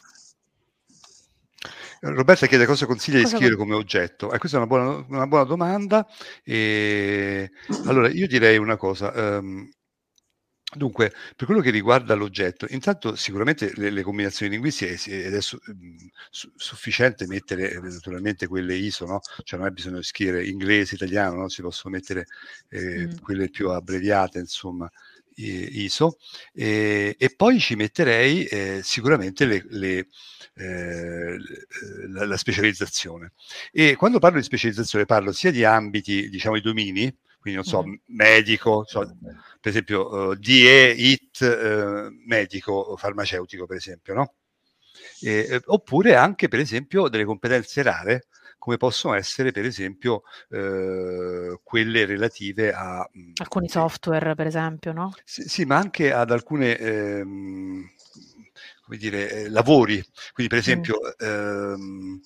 Roberta chiede cosa consiglia Cosa di scrivere con- come oggetto. Eh, questa è una buona, una buona domanda. E... Allora, io direi una cosa. Um, dunque, per quello che riguarda l'oggetto, intanto sicuramente le, le combinazioni linguistiche ed è su, su, sufficiente mettere eh, naturalmente quelle I S O, no? Cioè non è bisogno di scrivere inglese, italiano, no? Si possono mettere eh, Mm. quelle più abbreviate, insomma, I S O. E, e poi ci metterei eh, sicuramente le, le Eh, la, la specializzazione. E quando parlo di specializzazione parlo sia di ambiti, diciamo i domini, quindi non so, Mm. medico, so, per esempio uh, D E, I T, uh, medico, farmaceutico per esempio, no? E, eh, oppure anche per esempio delle competenze rare come possono essere per esempio eh, quelle relative a alcuni software per esempio, no? Sì, sì, ma anche ad alcune ehm, come dire, eh, lavori, quindi per esempio mm. ehm,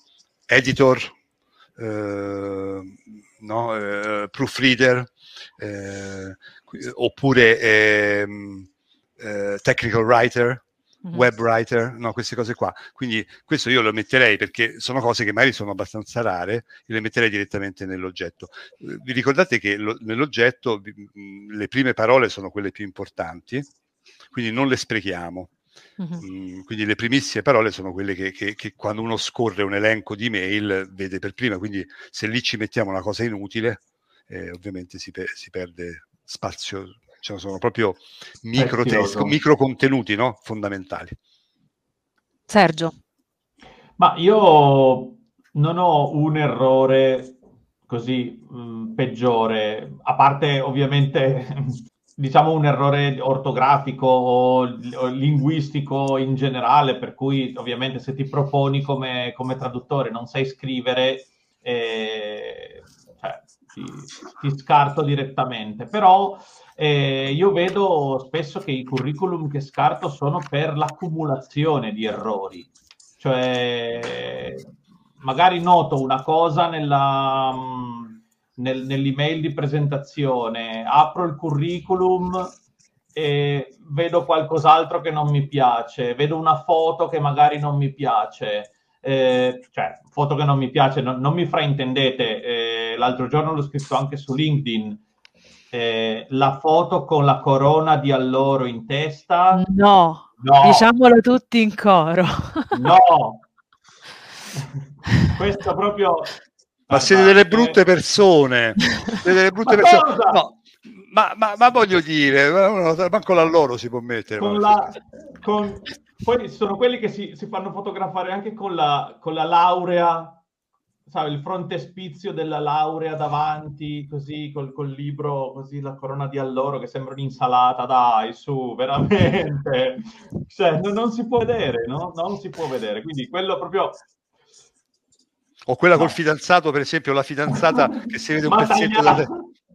editor, eh, no? eh, proofreader, eh, oppure eh, eh, technical writer, web writer, no, queste cose qua. Quindi questo io lo metterei perché sono cose che magari sono abbastanza rare, io le metterei direttamente nell'oggetto. Vi ricordate che lo, nell'oggetto le prime parole sono quelle più importanti, quindi non le sprechiamo. Uh-huh. Quindi le primissime parole sono quelle che, che, che quando uno scorre un elenco di mail vede per prima, quindi se lì ci mettiamo una cosa inutile, eh, ovviamente si, pe- si perde spazio. Cioè, sono proprio micro, test, micro contenuti, no? Fondamentali. Sergio? Ma io non ho un errore così mh, peggiore, a parte ovviamente diciamo un errore ortografico o, o linguistico in generale, per cui ovviamente se ti proponi come, come traduttore non sai scrivere, eh, cioè, ti, ti scarto direttamente. Però Eh, io vedo spesso che i curriculum che scarto sono per l'accumulazione di errori, cioè magari noto una cosa nella, nel, nell'email di presentazione, apro il curriculum e vedo qualcos'altro che non mi piace, vedo una foto che magari non mi piace, eh, cioè foto che non mi piace, non, non mi fraintendete, eh, l'altro giorno l'ho scritto anche su LinkedIn. Eh, la foto con la corona di alloro in testa? No, no. Diciamolo tutti in coro. No, questo proprio. Ma siete delle brutte persone. Siete delle brutte ma persone. Cosa? No, ma, ma, ma voglio dire, manco l'alloro si può mettere. Con la, con... Poi sono quelli che si, si fanno fotografare anche con la, con la laurea. Sai, il frontespizio della laurea davanti, così, col, col libro, così, la corona di alloro, che sembra un'insalata, dai, su, veramente. Cioè, non, non si può vedere, no? Non si può vedere. Quindi quello proprio... O quella no. Col fidanzato, per esempio, la fidanzata che si vede un pezzetto da...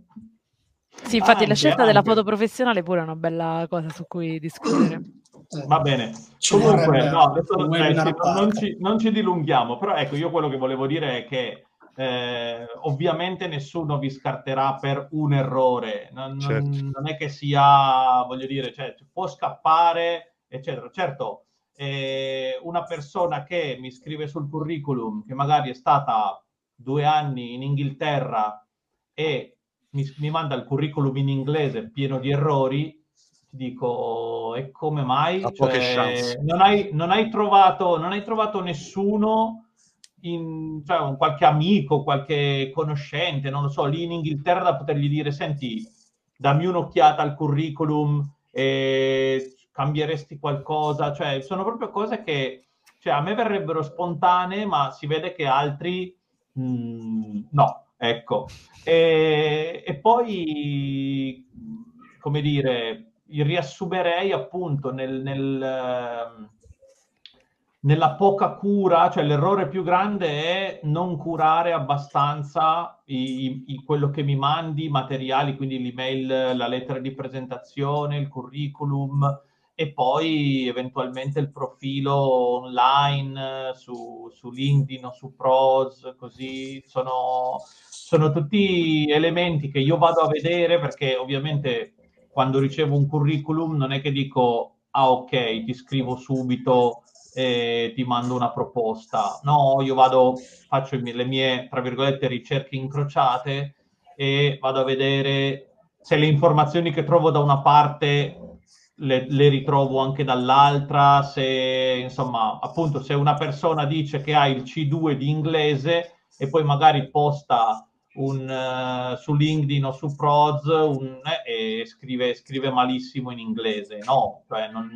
Sì, infatti anche, la scelta anche. della foto professionale pure è una bella cosa su cui discutere. Va bene, comunque no, adesso, eh, sì, non, ci, non ci dilunghiamo, però ecco, io quello che volevo dire è che eh, ovviamente nessuno vi scarterà per un errore, non, certo. non, non è che sia, voglio dire, cioè, può scappare, eccetera. Certo, eh, una persona che mi scrive sul curriculum che magari è stata due anni in Inghilterra e mi, mi manda il curriculum in inglese pieno di errori, ti dico, e come mai? Cioè, non, hai, non hai trovato non hai trovato nessuno, in, cioè un qualche amico, qualche conoscente, non lo so, lì in Inghilterra da potergli dire, senti, dammi un'occhiata al curriculum e cambieresti qualcosa? Cioè, sono proprio cose che, cioè, a me verrebbero spontanee, ma si vede che altri mh, no, ecco. E, e poi, come dire, riassumerei appunto nel, nel, nella poca cura, cioè l'errore più grande è non curare abbastanza i, i, quello che mi mandi, i materiali, quindi l'email, la lettera di presentazione, il curriculum e poi eventualmente il profilo online su, su LinkedIn o su Pros, così sono, sono tutti elementi che io vado a vedere perché ovviamente quando ricevo un curriculum non è che dico, ah ok, ti scrivo subito e ti mando una proposta. No, io vado, faccio le mie, tra virgolette, ricerche incrociate e vado a vedere se le informazioni che trovo da una parte le, le ritrovo anche dall'altra, se, insomma, appunto, se una persona dice che ha il C due di inglese e poi magari posta Un, uh, su LinkedIn o su Proz un, eh, e scrive, scrive malissimo in inglese, no, cioè non,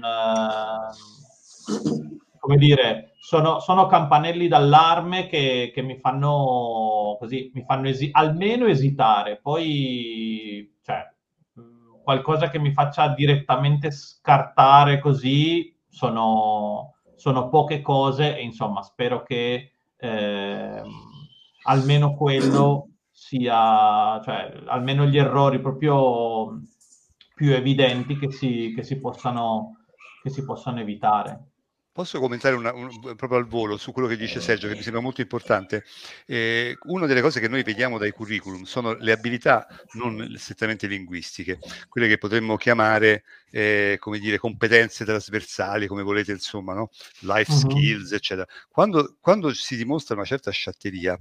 uh, come dire, sono, sono campanelli d'allarme che, che mi fanno così, mi fanno esi- almeno esitare, poi cioè, qualcosa che mi faccia direttamente scartare così sono, sono poche cose e insomma spero che eh, almeno quello sia, cioè, almeno gli errori proprio più evidenti che si, che si possano, che si possano evitare. Posso commentare una, un, proprio al volo su quello che dice Sergio, che mi sembra molto importante. Eh, una delle cose che noi vediamo dai curriculum sono le abilità non strettamente linguistiche, quelle che potremmo chiamare, eh, come dire, competenze trasversali, come volete, insomma, no? Life Mhm. skills, eccetera. Quando, quando si dimostra una certa sciatteria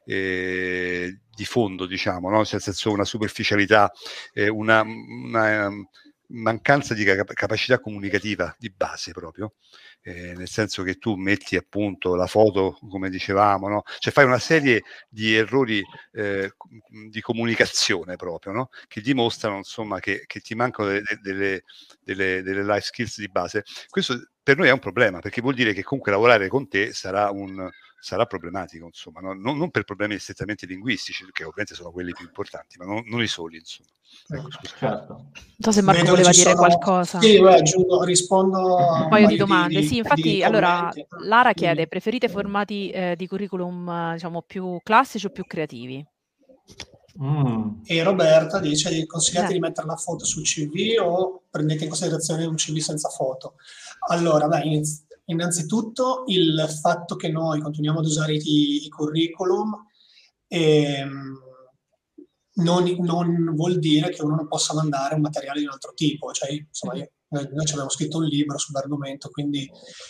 eh, di fondo, diciamo, no? Nel senso una superficialità, eh, una, una um, mancanza di cap- capacità comunicativa di base proprio, eh, nel senso che tu metti appunto la foto, come dicevamo, no? Cioè fai una serie di errori eh, di comunicazione proprio, no? Che dimostrano insomma che, che ti mancano delle, delle, delle, delle life skills di base. Questo per noi è un problema, perché vuol dire che comunque lavorare con te sarà un sarà problematico, insomma, no? non, non per problemi strettamente linguistici, che ovviamente sono quelli più importanti, ma non, non i soli, insomma. Ecco, scusa. Certo. Non so se Marco Vedo voleva che ci dire sono- qualcosa. Sì, beh, aggiungo, rispondo a Un un paio di di- domande. di- Sì, infatti, di allora commenti. Lara Dimmi. chiede: preferite formati eh, di curriculum, eh, diciamo, più classici o più creativi? Mm. E Roberta dice: consigliate Eh. di mettere la foto sul C V o prendete in considerazione un C V senza foto? Allora, beh, iniz- innanzitutto il fatto che noi continuiamo ad usare i, i curriculum ehm, non, non vuol dire che uno non possa mandare un materiale di un altro tipo. Cioè, insomma, io- noi, noi ci abbiamo scritto un libro sull'argomento, quindi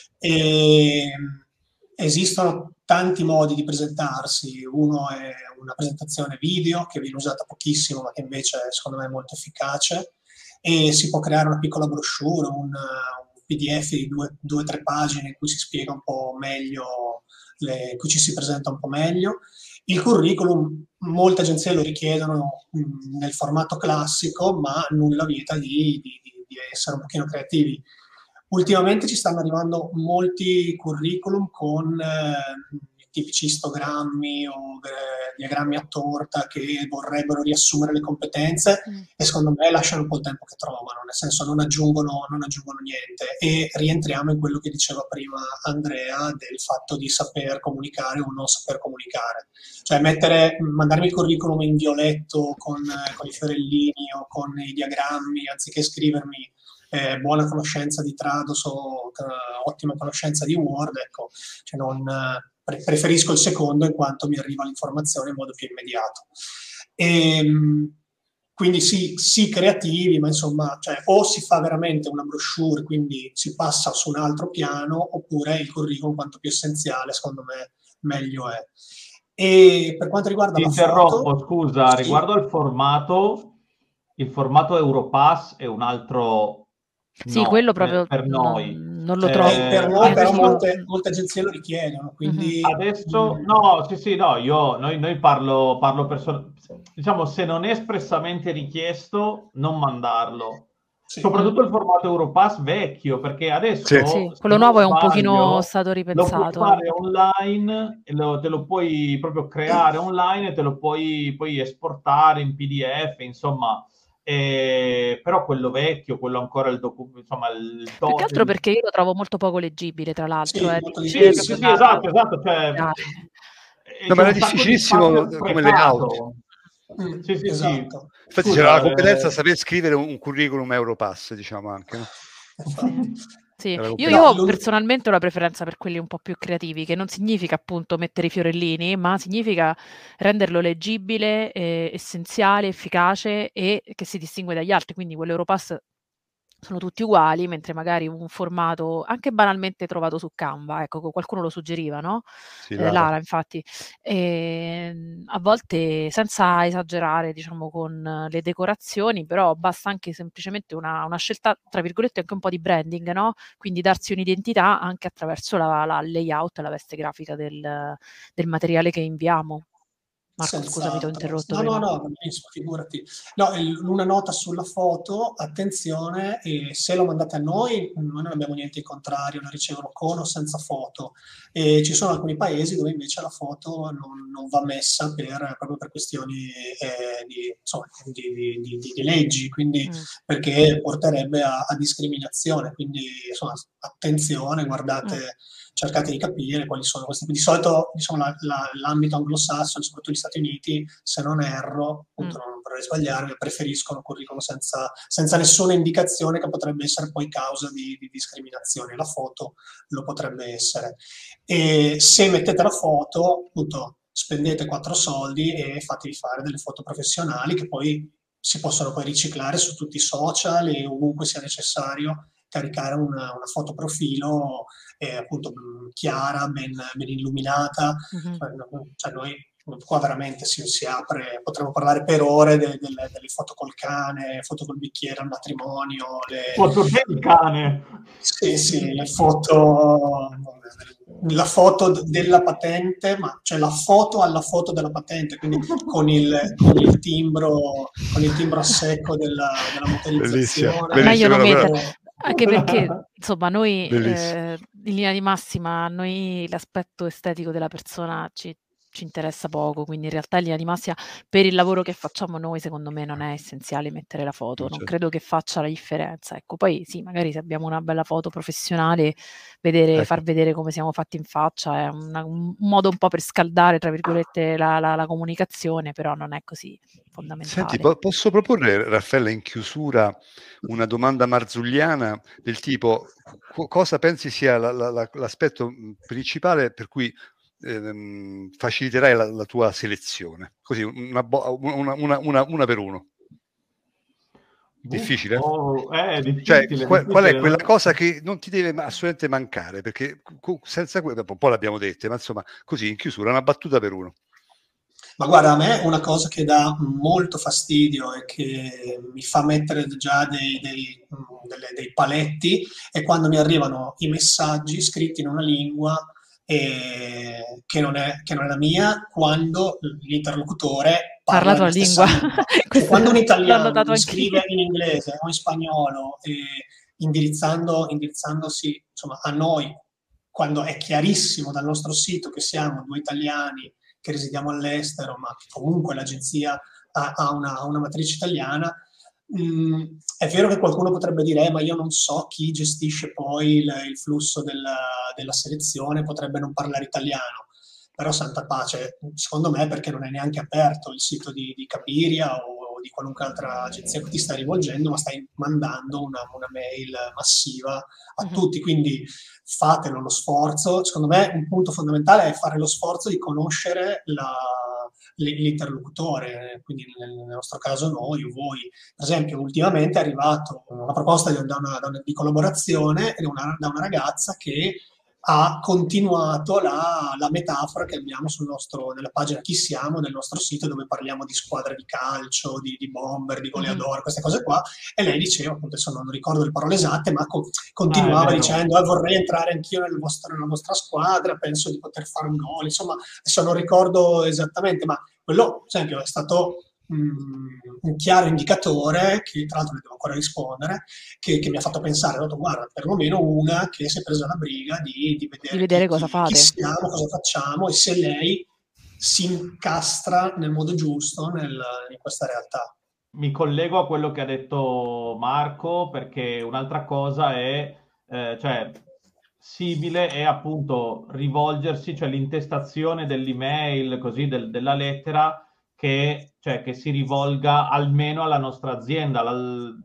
ehm, esistono tanti modi di presentarsi. Uno è una presentazione video che viene usata pochissimo, ma che invece secondo me è molto efficace, e si può creare una piccola brochure, un, un P D F di due o tre pagine in cui si spiega un po' meglio, le, in cui ci si presenta un po' meglio. Il curriculum, molte agenzie lo richiedono mh, nel formato classico, ma nulla vieta di, di, di essere un pochino creativi. Ultimamente ci stanno arrivando molti curriculum con eh, tipici istogrammi o eh, diagrammi a torta che vorrebbero riassumere le competenze Mm. e secondo me lasciano un po' il tempo che trovano, nel senso non aggiungono, non aggiungono niente, e rientriamo in quello che diceva prima Andrea del fatto di saper comunicare o non saper comunicare. Cioè mettere, mandarmi il curriculum in violetto con, con i fiorellini o con i diagrammi, anziché scrivermi eh, buona conoscenza di Trados o eh, ottima conoscenza di Word, ecco, cioè non, pre- preferisco il secondo in quanto mi arriva l'informazione in modo più immediato. E, quindi sì, sì, creativi, ma insomma, cioè, o si fa veramente una brochure, quindi si passa su un altro piano, oppure il curriculum, quanto più essenziale, secondo me, meglio è. E per quanto riguarda Ti la interrompo, foto, scusa, sì, riguardo al formato, il formato Europass è un altro Sì, quello no proprio per, per noi. non, non lo trovo eh, per Eh, noi però positivo. adesso, molte, molte agenzie lo richiedono, quindi adesso, mh, no, sì, sì, no, io, noi, noi parlo, parlo person- diciamo, se non è espressamente richiesto, non mandarlo. sì. Soprattutto il formato Europass vecchio, perché Sì. adesso, Sì, se quello non nuovo è un pochino sbaglio, stato lo puoi ripensato fare anche. online, e lo- te lo puoi proprio creare online e te lo puoi, puoi esportare in P D F, insomma. Eh, però quello vecchio, quello ancora il documento, insomma, il Più che to- altro perché io lo trovo molto poco leggibile, tra l'altro, Sì, è molto difficile sì, sì, proprio difficile. sì, da esatto, esatto, cioè, spiegare. e No, ma c'è era un sacco di spazio difficilissimo eh, come layout. sprecato. Mm, Sì, sì, sì. esatto. Infatti c'era la Scusa, competenza a eh, saper scrivere un, un curriculum Europass, diciamo anche, no? Sì. Sì. Era Io, competenza. io No, personalmente ho la preferenza per quelli un po' più creativi, che non significa appunto mettere i fiorellini, ma significa renderlo leggibile, eh, essenziale, efficace e che si distingue dagli altri. Quindi quell'Europass sono tutti uguali, mentre magari un formato anche banalmente trovato su Canva, ecco, qualcuno lo suggeriva, no? Sì, Eh, Lara. Lara, infatti. Ehm, a volte senza esagerare, diciamo, con le decorazioni, però basta anche semplicemente una, una scelta, tra virgolette, anche un po' di branding, no? Quindi darsi un'identità anche attraverso la, la layout, la veste grafica del, del materiale che inviamo. Marco, scusami, ti ho senz'altro. interrotto No, no, prima. no, benissimo, figurati. No, il- una nota sulla foto, attenzione, eh, se lo mandate a noi, noi non abbiamo niente in contrario, la ricevono con o senza foto. E ci sono alcuni paesi dove invece la foto non, non va messa per, proprio per questioni eh, di, insomma, di, di- di- di- di leggi, quindi Mm. perché porterebbe a, a discriminazione. Quindi, insomma, attenzione, Mm. guardate cercate di capire quali sono questi. Di solito, diciamo, la, la, l'ambito anglosassone, soprattutto gli Stati Uniti, se non erro, appunto, mm. non vorrei sbagliarmi, preferiscono curriculum senza, senza nessuna indicazione che potrebbe essere poi causa di, di discriminazione. La foto lo potrebbe essere. E se mettete la foto, appunto, spendete quattro soldi e fatevi fare delle foto professionali che poi si possono poi riciclare su tutti i social e ovunque sia necessario caricare una, una foto profilo eh, appunto chiara, ben, ben illuminata. Mm-hmm. Cioè noi qua veramente si, si apre, potremmo parlare per ore de, de, delle foto col cane, foto col bicchiere al matrimonio. Le... Foto del cane? Sì, sì, le foto... la foto della patente, ma cioè la foto alla foto della patente, quindi con il, con il timbro con il timbro a secco della, della motorizzazione. Meglio non mettere, anche perché insomma noi eh, in linea di massima noi l'aspetto estetico della persona ci ci interessa poco, quindi in realtà in linea di massima per il lavoro che facciamo noi secondo me non è essenziale mettere la foto, non certo. credo che faccia la differenza, ecco. Poi sì, magari se abbiamo una bella foto professionale, vedere, ecco. far vedere come siamo fatti in faccia è una, un modo un po' per scaldare tra virgolette la, la, la comunicazione, però non è così fondamentale. Senti, po- posso proporre, Raffaella, in chiusura una domanda marzulliana del tipo co- cosa pensi sia la, la, la, l'aspetto principale per cui Ehm, faciliterai la, la tua selezione, così una, una, una, una, una per uno. Difficile? Oh, è difficile, cioè, difficile qual, qual è quella cosa che non ti deve assolutamente mancare, perché senza quello, un po' l'abbiamo detto, ma insomma così in chiusura una battuta per uno. Ma guarda, a me una cosa che dà molto fastidio e che mi fa mettere già dei, dei, delle, dei paletti è quando mi arrivano i messaggi scritti in una lingua E che, non è, che non è la mia, quando l'interlocutore parla la lingua. lingua. Cioè, quando un italiano mi scrive in inglese o in spagnolo, eh, indirizzando, indirizzandosi insomma, a noi, quando è chiarissimo dal nostro sito che siamo due italiani che risiediamo all'estero, ma che comunque l'agenzia ha, ha, una, ha una matrice italiana. Mm, è vero che qualcuno potrebbe dire eh, ma io non so chi gestisce poi il, il flusso della, della selezione, potrebbe non parlare italiano, però santa pace, secondo me perché non è neanche aperto il sito di, di Cabiria o, o di qualunque altra agenzia che ti stai rivolgendo, ma stai mandando una, una mail massiva a mm-hmm. tutti, quindi fatelo lo sforzo. Secondo me un punto fondamentale è fare lo sforzo di conoscere la l'interlocutore, quindi nel nostro caso noi o voi. Per esempio, ultimamente è arrivata una proposta di, da una, da una, di collaborazione da una, da una ragazza che ha continuato la, la metafora che abbiamo sul nostro, nella pagina Chi siamo, nel nostro sito, dove parliamo di squadre di calcio, di, di bomber, di goleador, mm-hmm. queste cose qua, e lei diceva, appunto, adesso non ricordo le parole esatte, ma co- continuava ah, dicendo eh, vorrei entrare anch'io nel vostro, nella vostra squadra, penso di poter fare un gol, insomma, adesso non ricordo esattamente, ma quello, per esempio, è stato un chiaro indicatore, che tra l'altro le devo ancora rispondere, che, che mi ha fatto pensare, ho detto, guarda, perlomeno una che si è presa la briga di, di vedere, di vedere chi, cosa fate, chi siamo, cosa facciamo e se lei si incastra nel modo giusto nel, in questa realtà. Mi collego a quello che ha detto Marco, perché un'altra cosa è, eh, cioè, simile è appunto rivolgersi, cioè l'intestazione dell'email, così, del, della lettera, che, cioè, che si rivolga almeno alla nostra azienda. La,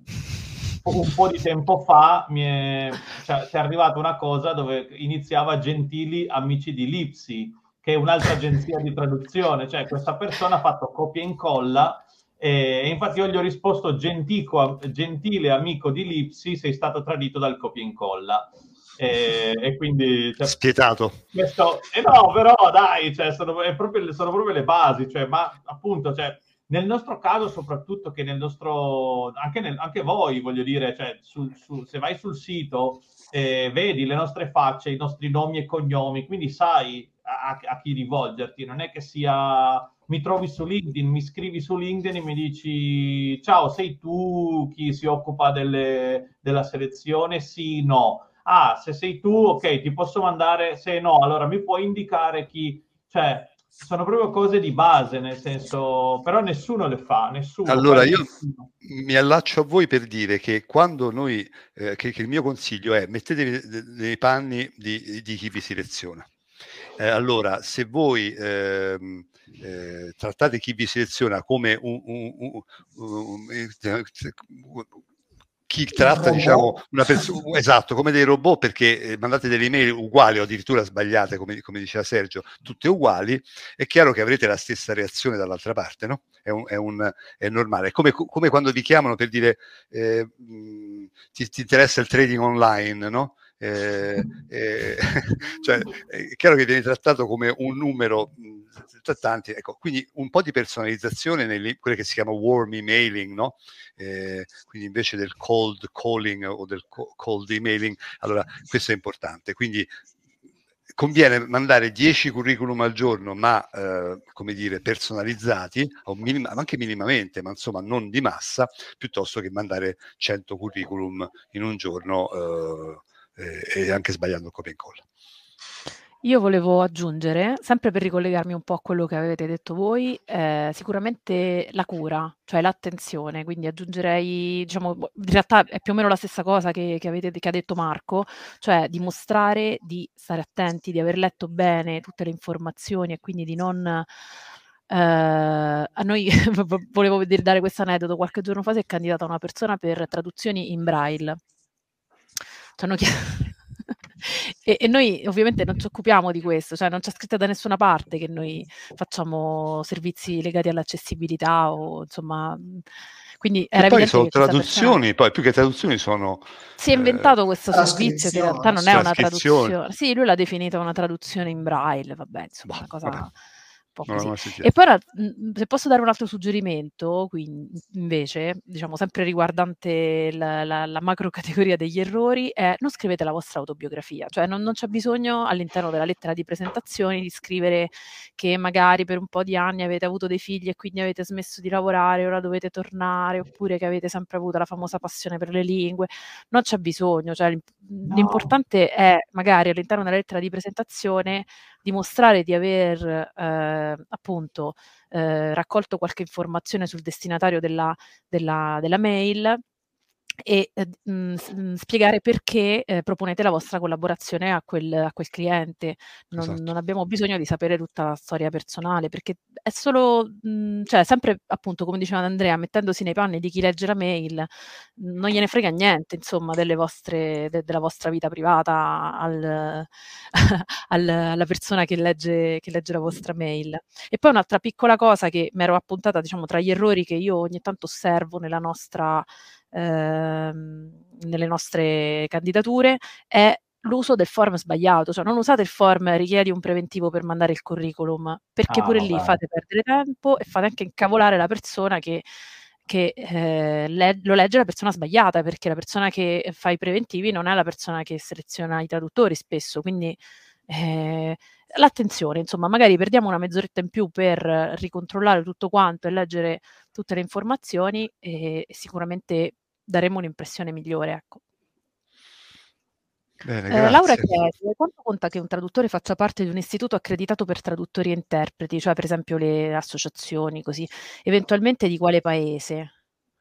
un po' di tempo fa mi è, cioè, è arrivata una cosa dove iniziava Gentili amici di Lipsi, che è un'altra agenzia di traduzione, cioè questa persona ha fatto copia e incolla e infatti io gli ho risposto Gentico, gentile amico di Lipsi, sei stato tradito dal copia e incolla. E, e quindi cioè, spietato. Questo, e eh no, però dai, cioè, sono, è proprio, sono proprio le basi, cioè, ma appunto, cioè, nel nostro caso, soprattutto che nel nostro, anche, nel, anche voi, voglio dire, cioè, su, su, se vai sul sito, eh, vedi le nostre facce, i nostri nomi e cognomi, quindi sai a, a chi rivolgerti, non è che sia, mi trovi su LinkedIn, mi scrivi su LinkedIn e mi dici, ciao, sei tu chi si occupa delle, della selezione? Sì, no. Ah, se sei tu, ok, ti posso mandare, se no, allora mi puoi indicare chi, cioè, sono proprio cose di base, nel senso, però nessuno le fa, nessuno. Allora, Poi io nessuno. mi allaccio a voi per dire che quando noi, eh, che, che il mio consiglio è mettetevi nei panni di, di chi vi seleziona. Eh, allora, se voi ehm, eh, trattate chi vi seleziona come un, un, un, un, un chi tratta, diciamo, una persona, esatto, come dei robot, perché eh, mandate delle email uguali o addirittura sbagliate, come, come diceva Sergio, tutte uguali, è chiaro che avrete la stessa reazione dall'altra parte, no? È, un, è, un, è normale. È come, come quando vi chiamano per dire eh, mh, ti, ti interessa il trading online, no? Eh, eh, cioè, è chiaro che viene trattato come un numero tra tanti, ecco, quindi un po' di personalizzazione nelle quelle che si chiama warm emailing, no? Eh, quindi invece del cold calling o del co- cold emailing, allora questo è importante, quindi conviene mandare dieci curriculum al giorno, ma eh, come dire, personalizzati, o minima, anche minimamente, ma insomma non di massa, piuttosto che mandare cento curriculum in un giorno eh, e anche sbagliando il copia e incolla. Io volevo aggiungere, sempre per ricollegarmi un po' a quello che avete detto voi, eh, sicuramente la cura, cioè l'attenzione, quindi aggiungerei, diciamo, in realtà è più o meno la stessa cosa che, che, avete, che ha detto Marco, cioè dimostrare di stare attenti, di aver letto bene tutte le informazioni e quindi di non... Eh, a noi volevo vedere, dare questo aneddoto, qualche giorno fa si è candidata una persona per traduzioni in braille. Ci hanno chiesto... E, e noi ovviamente non ci occupiamo di questo, cioè non c'è scritto da nessuna parte che noi facciamo servizi legati all'accessibilità o insomma, quindi era e poi evidente sono che questa traduzioni, persona poi più che traduzioni sono si è inventato eh, questo servizio che in realtà non è una traduzione, sì, lui l'ha definita una traduzione in braille, vabbè, insomma, boh, una cosa vabbè. Un po' così. E poi ora, se posso dare un altro suggerimento, quindi invece, diciamo sempre riguardante la, la, la macro categoria degli errori, è non scrivete la vostra autobiografia, cioè non, non c'è bisogno all'interno della lettera di presentazione di scrivere che magari per un po' di anni avete avuto dei figli e quindi avete smesso di lavorare, ora dovete tornare, oppure che avete sempre avuto la famosa passione per le lingue, non c'è bisogno, cioè no. L'importante è magari all'interno della lettera di presentazione dimostrare di aver eh, appunto eh, raccolto qualche informazione sul destinatario della, della, della mail e eh, mh, spiegare perché eh, proponete la vostra collaborazione a quel, a quel cliente. Non, esatto. Non abbiamo bisogno di sapere tutta la storia personale, perché è solo, mh, cioè sempre appunto come diceva Andrea, mettendosi nei panni di chi legge la mail, non gliene frega niente, insomma, delle vostre, de, della vostra vita privata al, al, alla persona che legge, che legge la vostra mail. E poi un'altra piccola cosa che mi ero appuntata, diciamo, tra gli errori che io ogni tanto osservo nella nostra Ehm, nelle nostre candidature è l'uso del form sbagliato, cioè non usate il form richiedi un preventivo per mandare il curriculum, perché ah, pure vabbè. Lì fate perdere tempo e fate anche incavolare la persona che, che eh, le, lo legge la persona sbagliata, perché la persona che fa i preventivi non è la persona che seleziona i traduttori spesso, quindi eh, l'attenzione, insomma, magari perdiamo una mezz'oretta in più per ricontrollare tutto quanto e leggere tutte le informazioni e, e sicuramente daremo un'impressione migliore, ecco. Bene, eh, Laura chiede, quanto conta che un traduttore faccia parte di un istituto accreditato per traduttori e interpreti, cioè per esempio le associazioni, così, eventualmente di quale paese?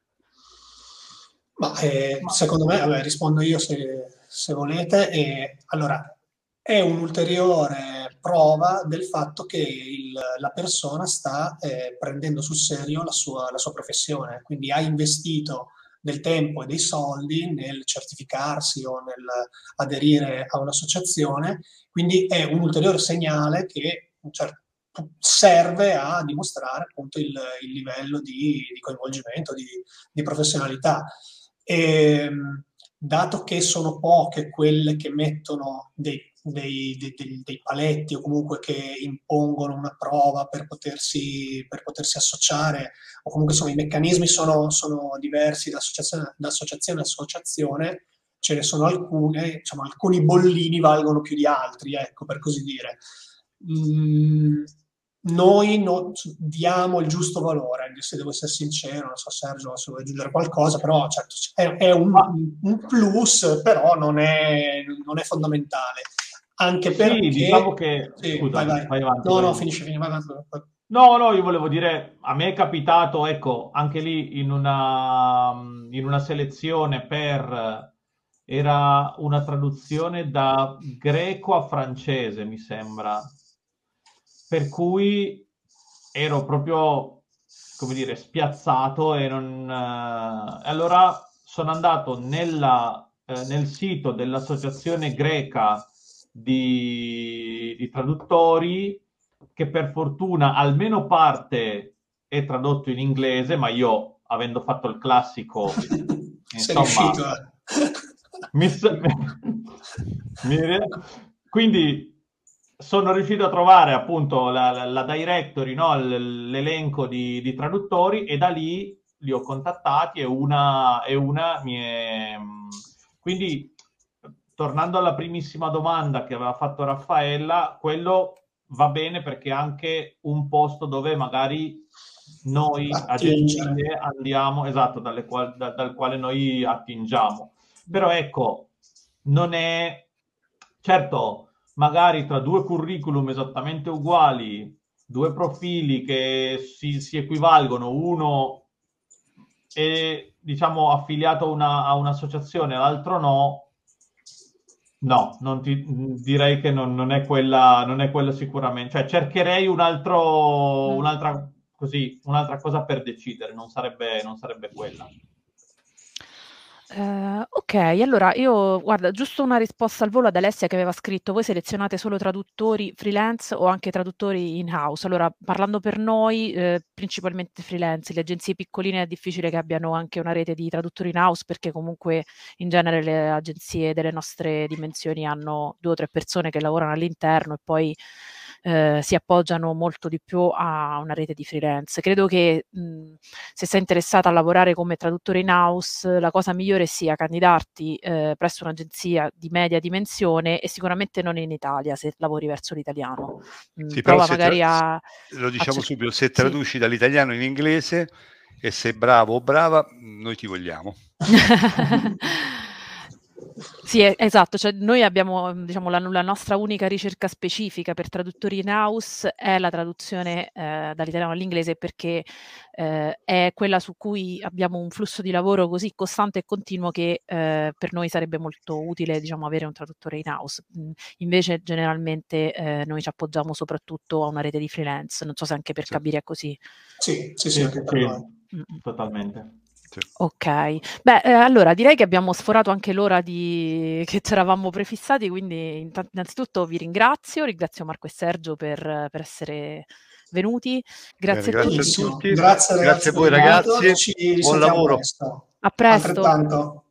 Ma eh, secondo me, vabbè, rispondo io se, se volete, e, allora, è un'ulteriore prova del fatto che il, la persona sta eh, prendendo sul serio la sua, la sua professione, quindi ha investito del tempo e dei soldi nel certificarsi o nel aderire a un'associazione, quindi è un ulteriore segnale che cioè, serve a dimostrare appunto il, il livello di, di coinvolgimento, di, di professionalità. E, dato che sono poche quelle che mettono dei, dei, dei, dei paletti o comunque che impongono una prova per potersi, per potersi associare, o comunque insomma, i meccanismi sono, sono diversi da associazione, da associazione a associazione, ce ne sono alcune, diciamo, alcuni bollini valgono più di altri, ecco, per così dire. Mm, noi no, diamo il giusto valore, se devo essere sincero, non so Sergio se vuoi aggiungere qualcosa, però certo, è, è un, un plus, però non è, non è fondamentale. anche perché... Sì, diciamo che... Sì, Scusa, vai, vai. vai avanti. No, vai no, avanti. finisci, finisci, vai, vai, vai. No, no, io volevo dire, a me è capitato, ecco, anche lì in una, in una selezione per... Era una traduzione da greco a francese, mi sembra. Per cui ero proprio, come dire, spiazzato e non... eh, allora sono andato nella, eh, nel sito dell'Associazione Greca di, di Traduttori, che per fortuna almeno parte è tradotto in inglese, ma io, avendo fatto il classico, Sei insomma... riuscito a... Mi, mi, quindi sono riuscito a trovare appunto la, la, la directory, no? L'elenco di, di traduttori, e da lì li ho contattati e una, e una mi è... Quindi, tornando alla primissima domanda che aveva fatto Raffaella, quello va bene perché è anche un posto dove magari noi agenzie andiamo, esatto, dalle quali, da, dal quale noi attingiamo. Però ecco, non è... Certo, magari tra due curriculum esattamente uguali, due profili che si, si equivalgono, uno è, diciamo, affiliato a, una, a un'associazione, l'altro no, no, non ti, direi che non, non è quella, non è quella sicuramente. Cioè, cercherei un altro, un'altra, così, un'altra cosa per decidere, non sarebbe, non sarebbe quella. Uh, ok, allora io, guarda, giusto una risposta al volo ad Alessia che aveva scritto: voi selezionate solo traduttori freelance o anche traduttori in-house? Allora, parlando per noi, eh, principalmente freelance. Le agenzie piccoline è difficile che abbiano anche una rete di traduttori in-house, perché comunque in genere le agenzie delle nostre dimensioni hanno due o tre persone che lavorano all'interno e poi eh, si appoggiano molto di più a una rete di freelance. Credo che mh, se sei interessata a lavorare come traduttore in-house, la cosa migliore sia candidarti eh, presso un'agenzia di media dimensione, e sicuramente non in Italia se lavori verso l'italiano. Mm, sì, prova però magari tra... a... Lo diciamo a... subito, se traduci sì. dall'italiano in inglese e sei bravo o brava, noi ti vogliamo. Sì, esatto, cioè noi abbiamo, diciamo, la, la nostra unica ricerca specifica per traduttori in-house è la traduzione eh, dall'italiano all'inglese, perché eh, è quella su cui abbiamo un flusso di lavoro così costante e continuo che eh, per noi sarebbe molto utile, diciamo, avere un traduttore in-house. Invece generalmente eh, noi ci appoggiamo soprattutto a una rete di freelance, non so se anche per sì. Kabiri è così. Sì, sì, sì, anche per sì, noi. Totalmente. Sì. Ok, beh, eh, allora direi che abbiamo sforato anche l'ora di... che ci eravamo prefissati, quindi intanto, innanzitutto vi ringrazio, ringrazio Marco e Sergio per, per essere venuti, grazie Bene, a grazie tutti. a tutti, Grazie, grazie a voi ragazzi, ragazzi, ci buon lavoro. Presto. A presto. Altrettanto.